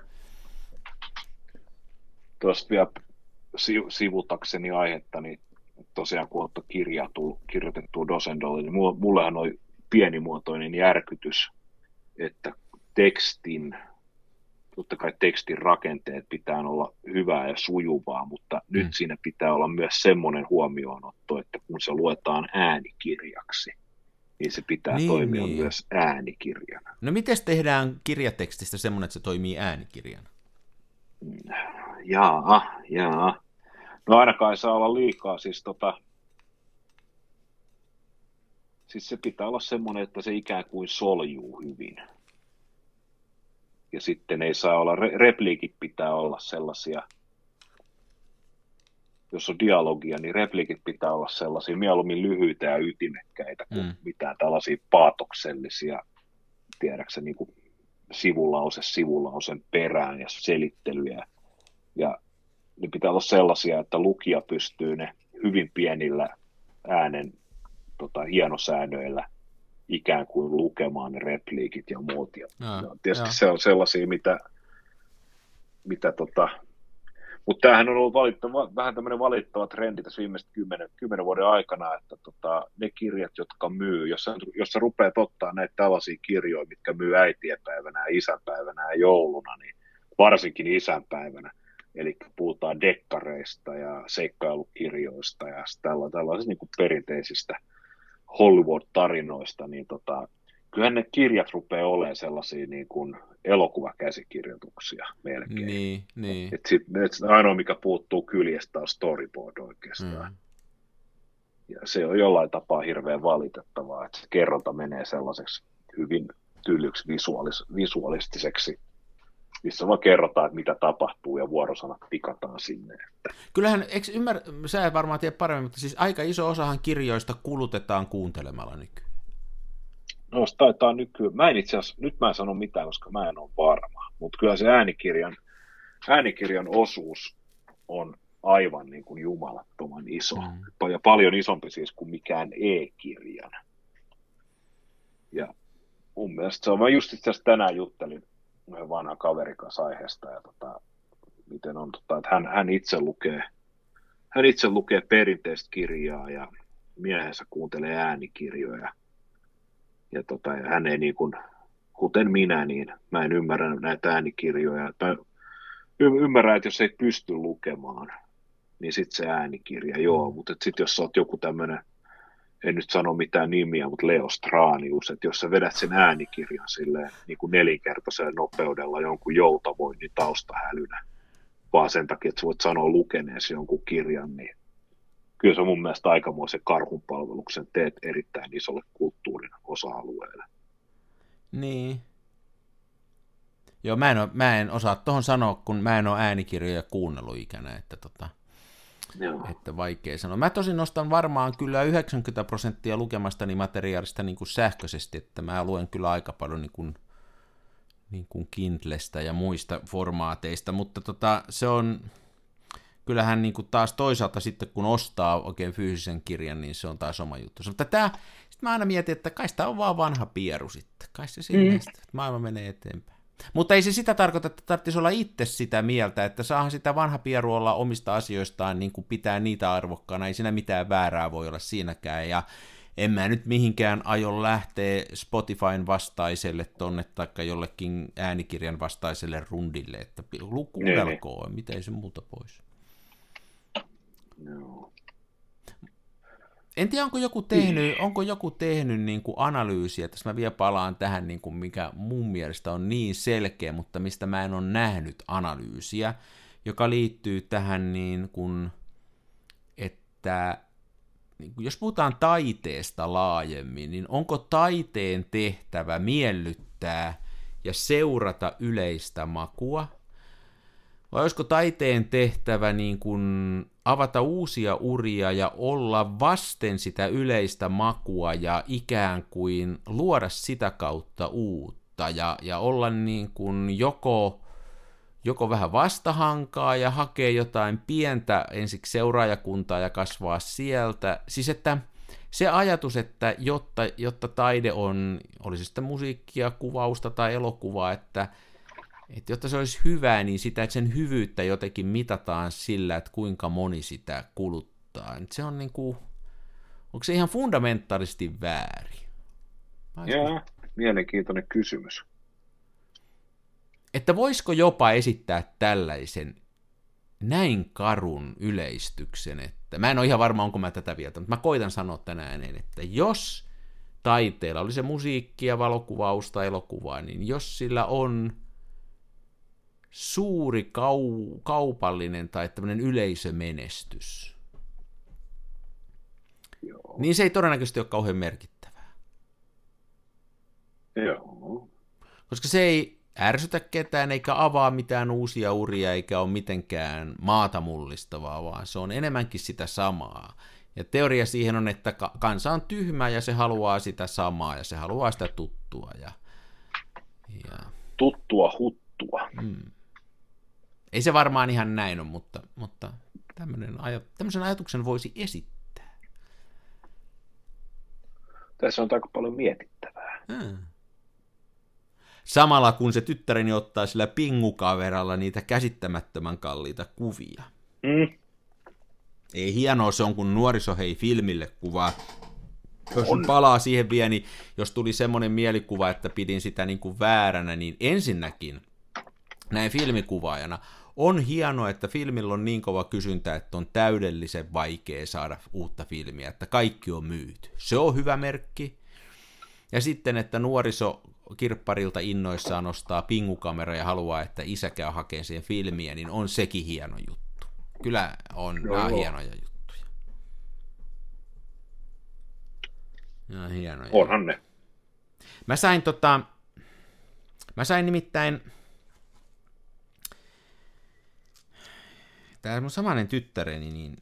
Tuosta vielä sivutakseni aihetta, niin tosiaan kun olette kirjoitettu Dosendolle, niin mullehan oli pienimuotoinen järkytys, että tekstin, totta kai tekstin rakenteet pitää olla hyvää ja sujuvaa, mutta mm. nyt siinä pitää olla myös semmoinen huomioonotto, että kun se luetaan äänikirjaksi, niin se pitää niin, toimia niin. myös äänikirjana. No miten tehdään kirjatekstistä semmoinen, että se toimii äänikirjana? Jaa, jaa. No ainakaan ei saa olla liikaa, siis tota, siis se pitää olla semmoinen, että se ikään kuin soljuu hyvin. Ja sitten ei saa olla, repliikit pitää olla sellaisia, jos on dialogia, niin repliikit pitää olla sellaisia mieluummin lyhyitä ja ytimekkäitä kuin mm. mitään tällaisia paatoksellisia, tiedäksä, niin kuin sivulause sivulausen perään ja selittelyjä. Ja ne pitää olla sellaisia, että lukija pystyy ne hyvin pienillä äänen tota, hienosäännöillä ikään kuin lukemaan ne repliikit ja muut. Ja, no, tietysti ja. Se on sellaisia, mitä, mitä tota, Mutta tämähän on ollut valittava, vähän tämmöinen valittava trendi tässä viimeisten kymmenen, kymmenen vuoden aikana, että tota, ne kirjat, jotka myy, jos sä, jos sä rupeat ottaa näitä tällaisia kirjoja, mitkä myy äitienpäivänä ja isänpäivänä ja jouluna, niin varsinkin isänpäivänä, eli puhutaan dekkareista ja seikkailukirjoista ja tällä, tällaisista niin kuin perinteisistä Hollywood-tarinoista, niin tota, kyllähän ne kirjat rupeaa olemaan sellaisia niin kuin elokuvakäsikirjoituksia melkein. Niin, niin. Et sit, et ainoa, mikä puuttuu kyljestä, on storyboard oikeastaan. Mm. Ja se on jollain tapaa hirveän valitettavaa, että se kerronta menee sellaiseksi hyvin tyllyksi visuaalis, visualistiseksi, missä vaan kerrotaan, että mitä tapahtuu ja vuorosanat pikataan sinne. Kyllähän, eikö ymmär, sä et varmaan tiedä paremmin, mutta siis aika iso osahan kirjoista kulutetaan kuuntelemalla nykyään. No, se taitaa nykyään. Mä en itse asiassa, nyt mä en sano mitään, koska mä en ole varma, mutta kyllä se äänikirjan, äänikirjan osuus on aivan niin kuin jumalattoman iso. Mm. Ja paljon isompi siis kuin mikään e-kirjan. Ja mun mielestä se on, mä just itse asiassa tänään juttelin yhden vanhan kaverin kanssa aiheesta, ja tota, miten on, tota, että hän, hän, itse lukee, hän itse lukee perinteistä kirjaa ja miehensä kuuntelee äänikirjoja. Ja, tota, ja hän ei niin kuin, kuten minä, niin mä en ymmärrä näitä äänikirjoja. Mä ymmärrän, että jos ei pysty lukemaan, niin sitten se äänikirja, joo. Mutta sitten jos sä oot joku tämmöinen, en nyt sano mitään nimiä, mutta Leo Stranius, että jos sä vedät sen äänikirjan silleen niin kuin nelinkertaisella nopeudella jonkun joutavoinnin taustahälynä, vaan sen takia, että sä voit sanoa lukeneesi jonkun kirjan, niin kyllä se mun mielestä aikamoisen karhunpalveluksen teet erittäin isolle kulttuurin osa-alueelle. Niin. Joo, mä en, ole, mä en osaa tuohon sanoa, kun mä en ole äänikirjoja kuunnellut ikänä, että, tota, että vaikea sanoa. Mä tosin nostan varmaan kyllä yhdeksänkymmentä prosenttia lukemastani materiaalista niin kuin sähköisesti, että mä luen kyllä aika paljon niin kuin, niin kuin Kindlestä ja muista formaateista, mutta tota, se on... Kyllähän niin kuin taas toisaalta sitten, kun ostaa oikein fyysisen kirjan, niin se on taas oma juttu. Mutta tämä, sitten mä aina mietin, että kai sitä on vaan vanha pieru sitten. Kai se silleen, mm. että maailma menee eteenpäin. Mutta ei se sitä tarkoita, että tarvitsisi olla itse sitä mieltä, että saahan sitä vanha pieru olla omista asioistaan, niin kuin pitää niitä arvokkaana. Ei siinä mitään väärää voi olla siinäkään. Ja en mä nyt mihinkään aio lähteä Spotifyn vastaiselle tonne, taikka jollekin äänikirjan vastaiselle rundille, että kuunnelkoon, mitä ei se muuta pois. No. En tiedä, onko joku tehnyt, onko joku tehnyt niin kuin analyysiä, tässä mä vielä palaan tähän, niin kuin mikä mun mielestä on niin selkeä, mutta mistä mä en ole nähnyt analyysiä, joka liittyy tähän, niin kuin, että niin kuin jos puhutaan taiteesta laajemmin, niin onko taiteen tehtävä miellyttää ja seurata yleistä makua? Vai olisiko taiteen tehtävä niin kuin avata uusia uria ja olla vasten sitä yleistä makua ja ikään kuin luoda sitä kautta uutta ja, ja olla niin kuin joko, joko vähän vastahankaa ja hakea jotain pientä ensiksi seuraajakuntaa ja kasvaa sieltä. Siis että se ajatus, että jotta, jotta taide on, olisi sitten musiikkia, kuvausta tai elokuvaa, että Että jotta se olisi hyvää, niin sitä, että sen hyvyyttä jotenkin mitataan sillä, että kuinka moni sitä kuluttaa. Se on niin kuin, onko se ihan fundamentaalisti väärin? Joo, mielenkiintoinen kysymys. Että voisiko jopa esittää tällaisen näin karun yleistyksen, että mä en ole ihan varma, onko mä tätä mieltä, mutta mä koitan sanoa tänään, että jos taiteella, oli se musiikkia, valokuvausta, elokuvaa, niin jos sillä on suuri kau- kaupallinen tai tämmöinen yleisömenestys, Joo. niin se ei todennäköisesti ole kauhean merkittävää. Joo. Koska se ei ärsytä ketään, eikä avaa mitään uusia uria, eikä ole mitenkään maata mullistavaa, vaan se on enemmänkin sitä samaa. Ja teoria siihen on, että kansa on tyhmä ja se haluaa sitä samaa ja se haluaa sitä tuttua. Ja, ja... Tuttua huttua. Mm. Ei se varmaan ihan näin ole, mutta, mutta tämmöinen aj- tämmöisen ajatuksen voisi esittää. Tässä on aika paljon mietittävää. Hmm. samalla kun se tyttäreni ottaa sillä pingukaveralla niitä käsittämättömän kalliita kuvia. Mm. Ei hienoa se on, kun nuoriso hei filmille kuvaa. Jos on. palaa siihen vielä, niin jos tuli semmoinen mielikuva, että pidin sitä niin kuin vääränä, niin ensinnäkin näin filmikuvaajana on hienoa, että filmillä on niin kova kysyntä, että on täydellisen vaikea saada uutta filmiä, että kaikki on myyty. Se on hyvä merkki. Ja sitten, että nuoriso kirpparilta innoissaan ostaa pingukamera ja haluaa, että isä käy hakemaan siihen filmiä, niin on sekin hieno juttu. Kyllä on nämä hienoja juttuja. Ja hienoja. Onhan ne. Mä sain tota, mä sain nimittäin, tää mun samainen tyttäreni, niin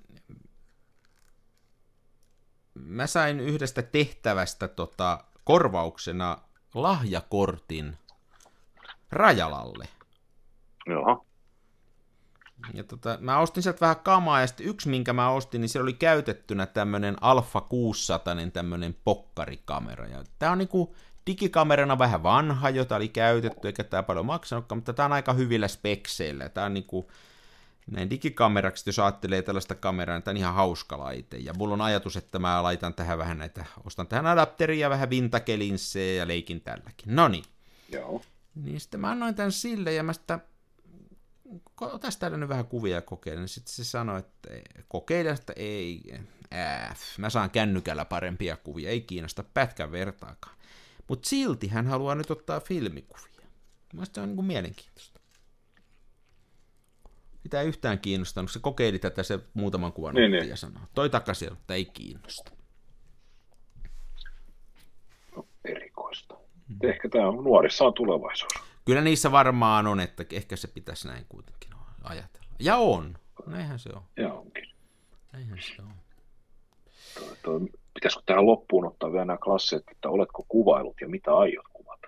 mä sain yhdestä tehtävästä tota, korvauksena lahjakortin Rajalalle. Joo. Ja tota, mä ostin sieltä vähän kamaa, ja sitten yksi, minkä mä ostin, niin siellä oli käytettynä tämmönen Alfa kuusisataa, tämmönen pokkarikamera. Ja tää on niinku digikamerana vähän vanha, jota oli käytetty, eikä tää paljon maksanutkaan, mutta tää on aika hyvillä spekseillä. Tää on niinku, näin digikameraksi, jos ajattelee tällaista kameraa, niin tää on ihan hauska laite. Ja mulla on ajatus, että mä laitan tähän vähän näitä, ostan tähän adapteria, vähän vintagelinssejä ja leikin tälläkin. Noniin. Joo. Niin sitten mä annoin tän sille, ja mä sitä otas täällä nyt vähän kuvia ja kokeile, niin sitten se sanoi, että kokeile, että ei, äh, mä saan kännykällä parempia kuvia, ei kiinnosta pätkän vertaakaan. Mutta silti hän haluaa nyt ottaa filmikuvia. Mielestäni se on niin kuin mielenkiintoista. Sitä ei yhtään kiinnostanut, se kokeili tätä, se muutaman kuvan niin, otti niin. Ja sanoi, toi takaisin, että ei kiinnosta. No, erikoista. Hmm. Ehkä tämä on nuorissa on tulevaisuus. Kyllä niissä varmaan on, että ehkä se pitäisi näin kuitenkin ajatella. Ja on. Näinhän se on. Ja onkin. Näinhän se on. Toi, toi, pitäisikö tähän loppuun ottaa vielä nämä klassit, että oletko kuvailut ja mitä aiot kuvata?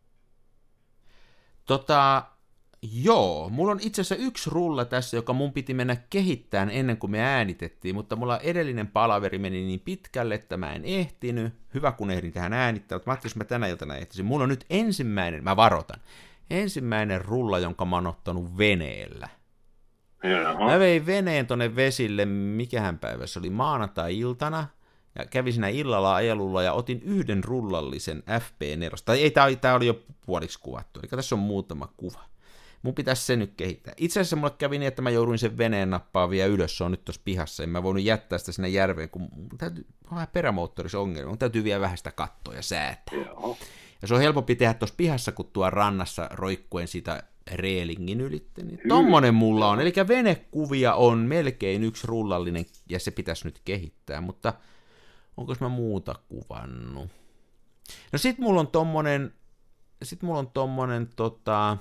Tota, joo. Mulla on itse asiassa yksi rulla tässä, joka mun piti mennä kehittämään ennen kuin me äänitettiin, mutta mulla edellinen palaveri meni niin pitkälle, että mä en ehtinyt. Hyvä, kun ehdin tähän äänittää, mutta mä ajattelin, jos mä tänä iltana ehtisin. Mulla on nyt ensimmäinen, mä varoitan, ensimmäinen rulla, jonka mä oon ottanut veneellä. Jaha. Mä vein veneen tonne vesille, mikähän päivä se oli, maanantai-iltana, ja kävin siinä illalla ajelulla ja otin yhden rullallisen F P neljä. Tai ei, tää oli, tää oli jo puoliksi kuvattu, eli tässä on muutama kuva. Mun pitäisi se nyt kehittää. Itse asiassa mulle kävi niin, että mä jouduin sen veneen nappaa vielä ylös, se on nyt tuossa pihassa, en mä voinut jättää sitä sinne järveen, kun täytyy, on vähän perämoottorissa ongelma, mun täytyy vielä vähän sitä katsoa ja säätää. Joo. Ja se on helpompi tehdä tuossa pihassa, kun tuo rannassa roikkuen sitä reelingin ylitte. Niin tommonen mulla on, eli venekuvia on melkein yksi rullallinen, ja se pitäisi nyt kehittää, mutta onko mä muuta kuvannut? No sit mulla on tommonen, sit mulla on tommonen tota...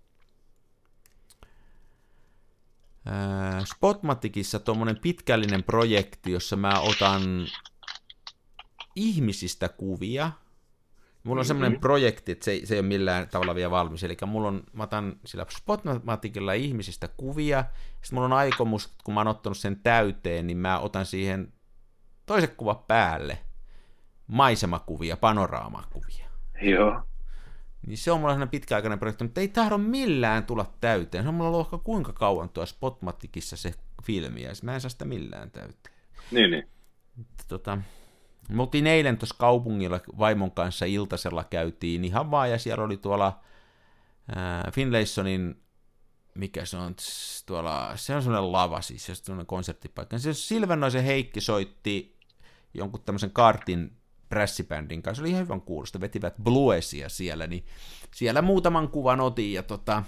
Spotmaticissa tuommoinen pitkällinen projekti, jossa mä otan ihmisistä kuvia. Mulla on semmoinen mm-hmm. projekti, että se, se ei ole millään tavalla vielä valmis. Eli mulla on, mä otan sillä Spotmaticilla ihmisistä kuvia. Sitten mulla on aikomus, kun mä oon ottanut sen täyteen, niin mä otan siihen toiset kuvat päälle. Maisemakuvia, panoraamakuvia. Joo. Niin se on mulla sellainen pitkäaikainen projekti, mutta ei tahdo millään tulla täyteen. Se on mulla lohka kuinka kauan tuo Spotmaticissa se filmi, ja mä en saa sitä millään täyteen. Niin, niin. Tota, me oltiin eilen tuossa kaupungilla vaimon kanssa iltasella käytiin ihan vaan, ja siellä oli tuolla ää, Finlaysonin, mikä se on, tss, tuolla, se on sellainen lava siis, se on sellainen konserttipaikka. Se Silvennoisen Heikki soitti jonkun tämmöisen kartin prässibändin kanssa, oli ihan hyvän kuulosta, vetivät bluesia siellä, niin siellä muutaman kuvan otin, ja tota,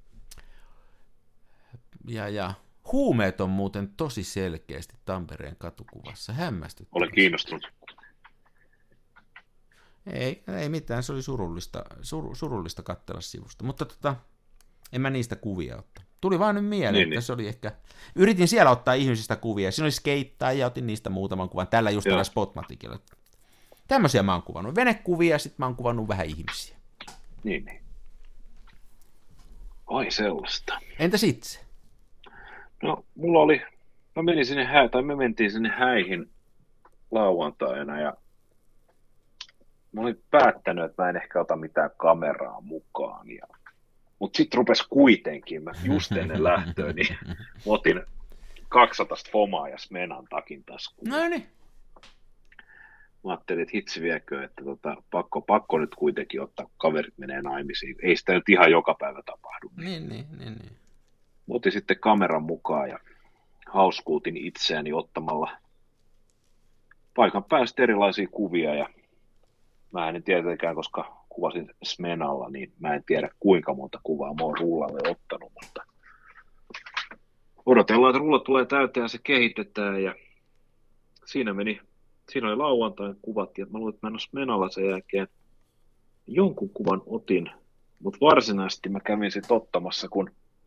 ja, ja huumeet on muuten tosi selkeästi Tampereen katukuvassa, hämmästyttävää. Olen kiinnostunut. Ei, ei mitään, se oli surullista, sur, surullista katsella sivusta, mutta tota, en mä niistä kuvia ottaa. Tuli vaan nyt mieleen, niin, että niin. Se oli ehkä, yritin siellä ottaa ihmisistä kuvia, siinä oli skeittaa ja otin niistä muutaman kuvan, tällä just tällä Spotmaticilla. Tämmöisiä mä oon kuvannut. Venekuvia, sit mä oon kuvannut vähän ihmisiä. Niin, niin. Ai sellaista. Entäs itse? No, mulla oli, mä menin sinne hää, tai me mentiin sinne häihin lauantaina, ja mä olin päättänyt, että mä en ehkä ota mitään kameraa mukaan. Ja... Mutta sitten rupesi kuitenkin, mä just ennen lähtöä, niin mä otin kaksisataa fomaa ja Smenan takin taskuun. No niin. Mä ajattelin, että hitsi viekö, että tota, pakko, pakko nyt kuitenkin ottaa, kaverit menee naimisiin. Ei sitä nyt ihan joka päivä tapahdu. Niin, niin, niin. niin. Mä otin sitten kameran mukaan ja hauskuutin itseäni ottamalla paikan päästä erilaisia kuvia. Ja mä en tietenkään, koska kuvasin Smenalla, niin mä en tiedä kuinka monta kuvaa mä oon rullalle ottanut. Mutta odotellaan, että rulla tulee täyteen ja se kehitetään. Ja siinä meni. Siinä oli lauantain kuvat, ja mä luulen, että mä en ole Smenalla sen jälkeen jonkun kuvan otin, mutta varsinaisesti mä kävin sitten ottamassa, kun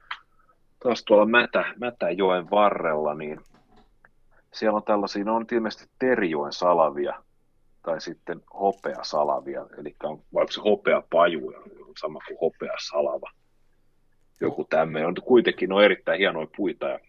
taas tuolla Mätä, Mätäjoen varrella, niin siellä on tällaisia, ne on ilmeisesti Terijoen salavia, tai sitten hopeasalavia, eli on vaikka se hopeapaju, sama kuin hopeasalava, joku tämmöinen, on kuitenkin on erittäin hienoja puita, ja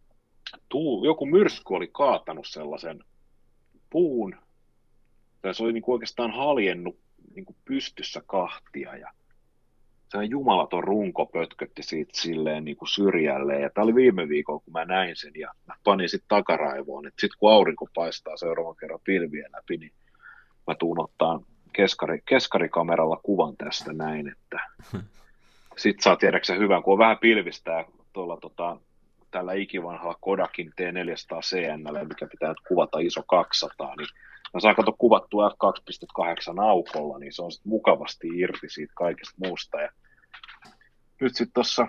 tuu, joku myrsky oli kaatanut sellaisen puun, tai se oli niin kuin oikeastaan haljennut niin kuin pystyssä kahtia, ja se jumalaton runko pötkötti siitä silleen niin kuin syrjälleen, ja tämä oli viime viikolla, kun mä näin sen, ja mä panin sitten takaraivoon, että sitten kun aurinko paistaa seuraavan kerran pilvien läpi, niin mä tuun ottaa keskari, keskarikameralla kuvan tästä näin, että sitten saa tiedäksä hyvän, kun on vähän pilvistää tuolla tota, tällä ikivanhalla Kodakin T neljäsataa C N, mikä pitää kuvata iso kaksisataa, niin mä saan katsoa kuvattua F kaksi pilkku kahdeksan aukolla, niin se on sitten mukavasti irti siitä kaikesta muusta. Ja nyt sitten tuossa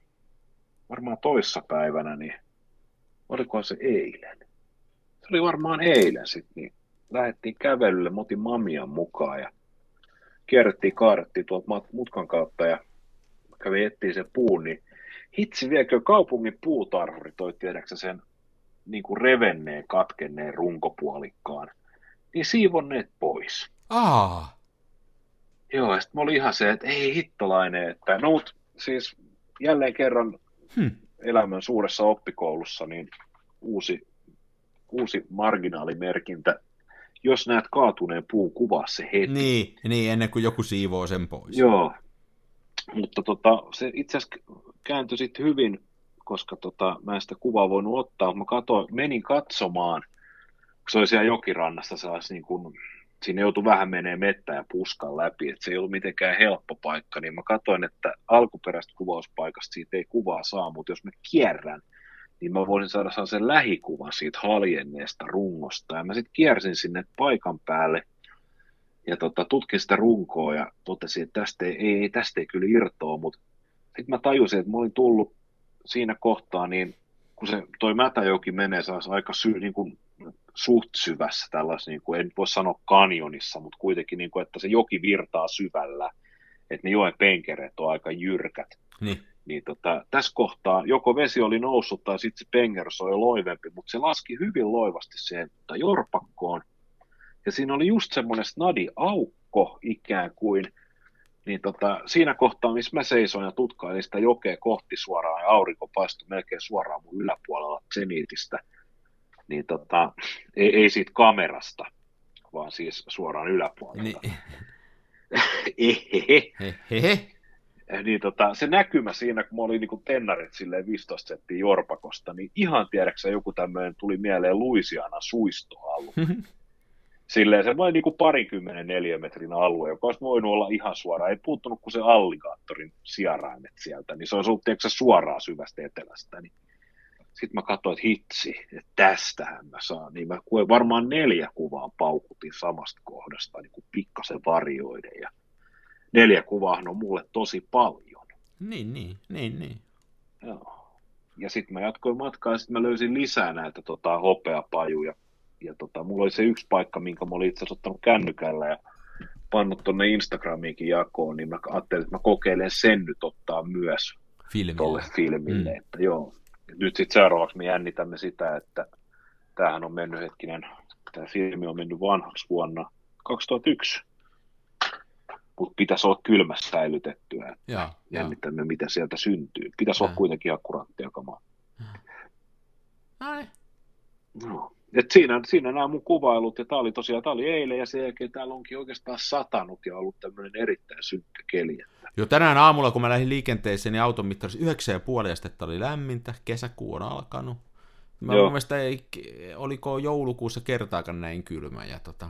varmaan toissapäivänä, niin olikohan se eilen? Se oli varmaan eilen sitten, niin lähdettiin kävelylle, mä otin Mamian mukaan ja kierrettiin, kaarettiin tuolta mutkan kautta ja kävin etsiä sen puun, niin hitsi viekö kaupungin puutarhuri toi tiedäksä sen niin kuin revenneen, katkenneen runkopuolikkaan, niin siivonneet pois. Aa. Joo, ja sitten mä olin ihan se, että ei hittolainen, että no mut siis jälleen kerran hmm. elämän suuressa oppikoulussa, niin uusi, uusi marginaalimerkintä, jos näet kaatuneen puun, kuvaa se heti. Niin, niin, ennen kuin joku siivoo sen pois. Joo, mutta tota, se itse asiassa kääntyi sitten hyvin, koska tota, mä en sitä kuvaa voinut ottaa. Mä katoin, menin katsomaan, kun se oli siellä jokirannassa, niin kun, siinä joutui vähän menee mettä ja puskan läpi, että se ei ollut mitenkään helppo paikka, niin mä katsoin, että alkuperäistä kuvauspaikasta siitä ei kuvaa saa, mutta jos mä kierrän, niin mä voisin saada sen lähikuvan siitä haljenneesta rungosta, ja mä sitten kiersin sinne paikan päälle, ja tota, tutkin sitä runkoa ja totesin, että tästä ei, ei, tästä ei kyllä irtoa, mutta sitten mä tajusin, että mä olin tullut siinä kohtaa, niin kun se toi Mätäjoki menee aika sy, niin kuin, suht syvässä tällaisessa, niin kuin, en voi sanoa kanjonissa, mutta kuitenkin, niin kuin, että se joki virtaa syvällä, että ne joen penkereet on aika jyrkät. Niin. Niin tota, tässä kohtaa joko vesi oli noussut tai sitten se penkeros oli loivempi, mutta se laski hyvin loivasti siihen jorpakkoon. Ja siinä oli just semmoinen snadi aukko ikään kuin, niin tota, siinä kohtaa, missä mä seisoin ja tutkailin sitä jokea kohti suoraan, ja aurinko paistui melkein suoraan mun yläpuolella Zenitistä, niin tota, ei, ei siitä kamerasta, vaan siis suoraan yläpuolella. Niin. Ehehe. Hehehe. Niin tota, se näkymä siinä, kun mä olin niinku tennarit silleen viisitoista senttiä jorpakosta, niin ihan tiedäksä joku tämmöinen tuli mieleen Louisianan suistoalue. Silleen se vain niin kuin parinkymmenen neliömetrin alue, joka olisi voinut olla ihan suoraan. Ei puuttunut kuin se alligaattorin sijaraimet sieltä, niin se olisi ollut tiedätkö, suoraan syvästä etelästä. Niin. Sitten mä katsoin, että hitsi, että tästähän mä saan. Niin mä varmaan neljä kuvaa paukutin samasta kohdasta, niin kuin pikkasen varjoiden. Ja neljä kuvaahan on mulle tosi paljon. Niin, niin, niin, niin. Joo. Ja sitten mä jatkoin matkaa ja sitten mä löysin lisää näitä tota, hopeapajuja. Ja tota, mulla oli se yksi paikka, minkä mä olin itse asiassa ottanut kännykällä ja pannut tonne Instagramiinkin jakoon, niin mä ajattelin, että mä kokeilen sen nyt ottaa myös Filmille. tolle filmille. Mm. Että joo. Nyt sitten seuraavaksi me jännitämme sitä, että tämähän on mennyt hetkinen, tämä filmi on mennyt vanhaksi vuonna kaksituhattayksi, mutta pitäisi olla kylmässä säilytettyä. Ja, jännitämme, ja. Mitä sieltä syntyy. Pitäisi ja. olla kuitenkin akkuraattia kamaa. Ai. No. Et siinä, siinä nämä mun kuvailut, ja tämä oli tosiaan, tämä oli eilen, ja sen jälkeen täällä onkin oikeastaan satanut ja ollut tämmöinen erittäin synkkä keli. Että... Jo tänään aamulla, kun mä lähdin liikenteeseen, niin auton mittarissa yhdeksän ja puoli astetta oli lämmintä, kesäkuu on alkanut. Mä mun mielestä ei, oliko joulukuussa kertaakaan näin kylmä, ja, tota,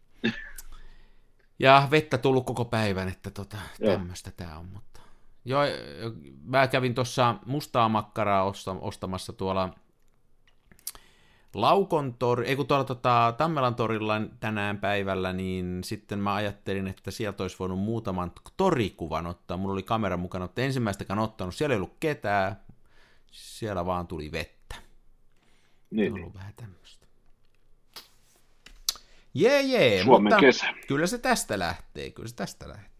ja vettä tullut koko päivän, että tota, tämmöistä tää on, mutta... Joo, mä kävin tuossa mustaa makkaraa ostamassa tuolla Laukon tori, ei kun tuolla tota, Tammelan torilla tänään päivällä, niin sitten mä ajattelin, että sieltä olisi voinut muutaman torikuvan ottaa. Mulla oli kamera mukana, mutta ensimmäistäkään ottanut, siellä ei ollut ketään, siellä vaan tuli vettä. Niin. On ollut vähän tämmöistä. Jee, jee, Suomen mutta kesä. Kyllä se tästä lähtee, kyllä se tästä lähtee.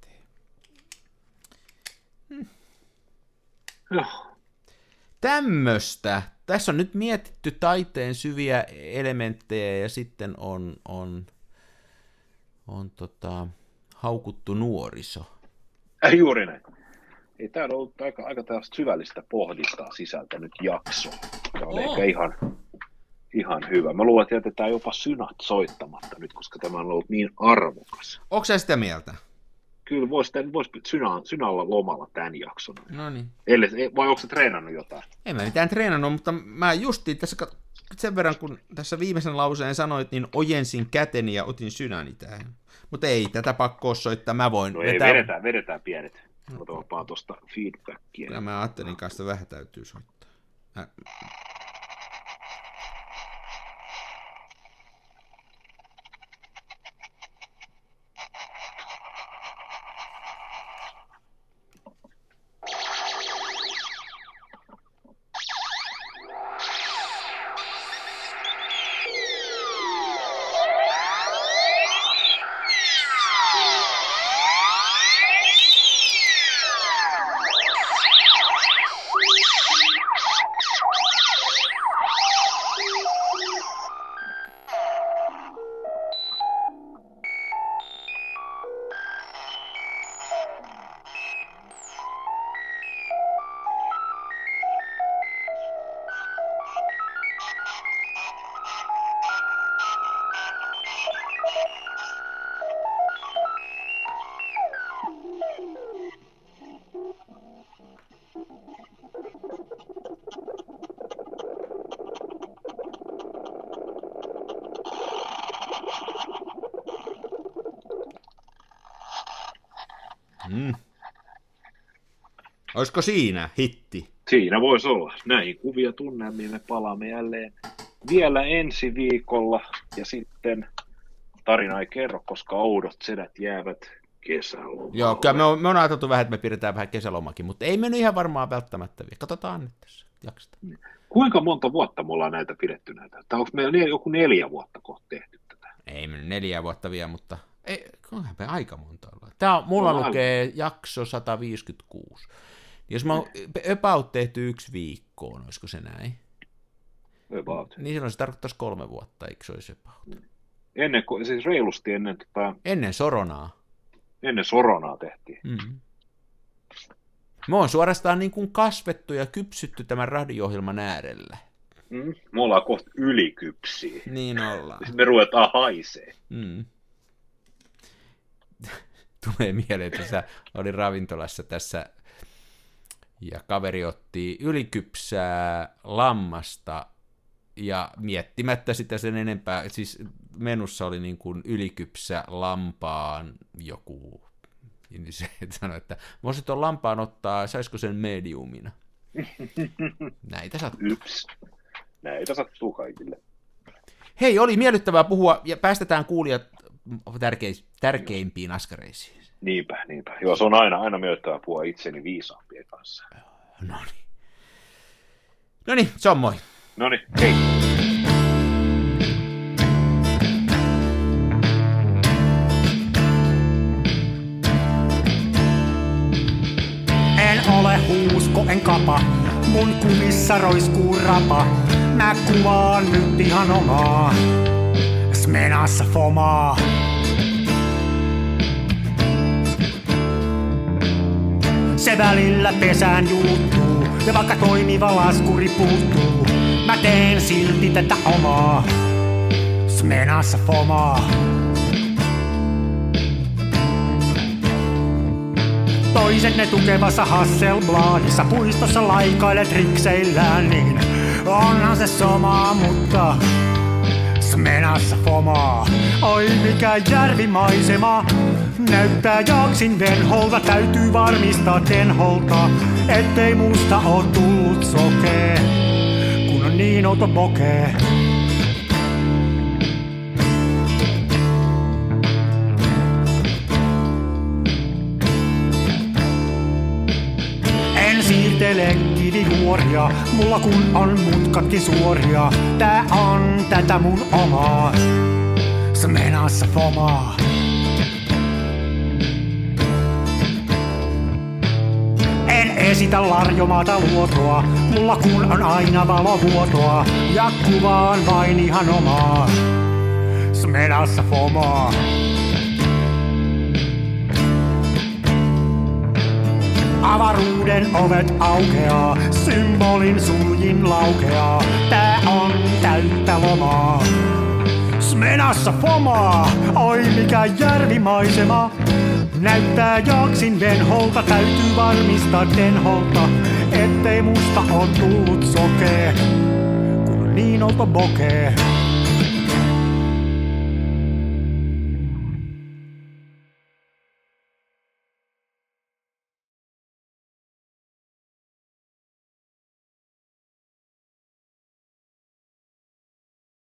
Hmm. Joo. Tämmöstä. Tässä on nyt mietitty taiteen syviä elementtejä ja sitten on, on, on tota, haukuttu nuoriso. Äh, juuri näin. Ei, tää on ollut aika, aika tällaista syvällistä pohdintaa sisältä nyt jakso. Tämä on oh. ehkä ihan, ihan hyvä. Mä luulen, että jätetään jopa synat soittamatta nyt, koska tämä on ollut niin arvokas. Onko sä sitä mieltä? Kyllä voisi vois synä, synä olla lomalla tämän jakson. No niin. Vai onko sä treenannut jotain? En mä mitään treenannut, mutta mä justiin tässä sen verran, kun tässä viimeisen lauseen sanoit, niin ojensin käteni ja otin synäni tähän. Mutta ei tätä pakko soittaa, mä voin. No ei, vetää... vedetään, vedetään pienet. Otaanpa tuosta feedbackia. Ja mä ajattelin kanssa, vähän täytyy soittaa. Mä... Mm. Olisiko siinä hitti? Siinä voisi olla. Näihin kuvia tunnelmiin me palaamme jälleen vielä ensi viikolla. Ja sitten tarina ei kerro, koska oudot sedät jäävät kesälomalle. Joo, kyllä me on, me on ajateltu vähän, että me pidetään vähän kesälomakin, mutta ei mennyt ihan varmaan välttämättä vielä. Katsotaan nyt tässä jaksosta. Kuinka monta vuotta me ollaan näitä pidetty näitä? Tai onko meillä joku neljä vuotta kohta tehty tätä? Ei mennyt neljä vuotta vielä, mutta ei, kuinka me aika monta ollaan. Tämä on, mulla no, lukee aivan. Jakso sata viisikymmentäkuusi. Jos mä oon about tehty yksi viikkoon, olisiko se näin? About. Niin silloin se tarkoittaisi kolme vuotta, eikö se olisi about? Ennen, siis reilusti ennen... Tota... Ennen Soronaa. Ennen Soronaa tehtiin. Mm-hmm. Me on suorastaan niin kuin kasvettu ja kypsytty tämän radio-ohjelman äärellä. Mm, me ollaan kohta ylikypsiä. Niin ollaan. Me ruvetaan haisee. Mm. Tulee mieleen, että sä oli ravintolassa tässä ja kaveri otti ylikypsää lammasta ja miettimättä sitä sen enempää, siis menussa oli niin kuin ylikypsä lampaan joku, niin se sanoi, että voisit tuon lampaan ottaa, saisiko sen mediumina? Näitä sattuu. Yps. Näitä sattuu kaikille. Hei, oli miellyttävää puhua ja päästetään kuulijat tärkeis, tärkeimpiin askareisiin. Niinpä, niinpä. Joo, se on aina, aina miellyttävää puhua itseni viisaampien kanssa. No niin. No niin, se on moi. No niin, hei. En ole huusko, en kapa, mun kumissa roiskuu rapa. Mä kuvaan nyt ihan omaa, Smenassa fomaa. Se välillä pesään juuttuu, ja vaikka toimiva laskuri puuttuu, mä teen silti tätä omaa, Smenassa fomaa. Toiset ne tukevassa Hasselbladissa puistossa laikailet rikseillään, niin onhan se somaa, mutta Smenassa fomaa. Oi mikä järvimaisema, näyttää jaksin venholta, täytyy varmistaa tenholta, ettei musta oo tullut sokee, kun on niin outo bokee. Siirtele kivijuoria, mulla kun on mutkatkin suoria. Tää on tätä mun omaa Smenassa fomaa. En esitä larjomaata luotoa, mulla kun on aina valovuotoa. Ja kuvaan vain ihan omaa Smenassa fomaa. Avaruuden ovet aukeaa, symbolin suljin laukeaa. Tää on täyttä lomaa Smenassa fomaa. Oi mikä järvimaisema, näyttää jaksin venholta, täytyy varmistaa tenholta, ettei musta oo tullut sokee, kun on niin outo bokee.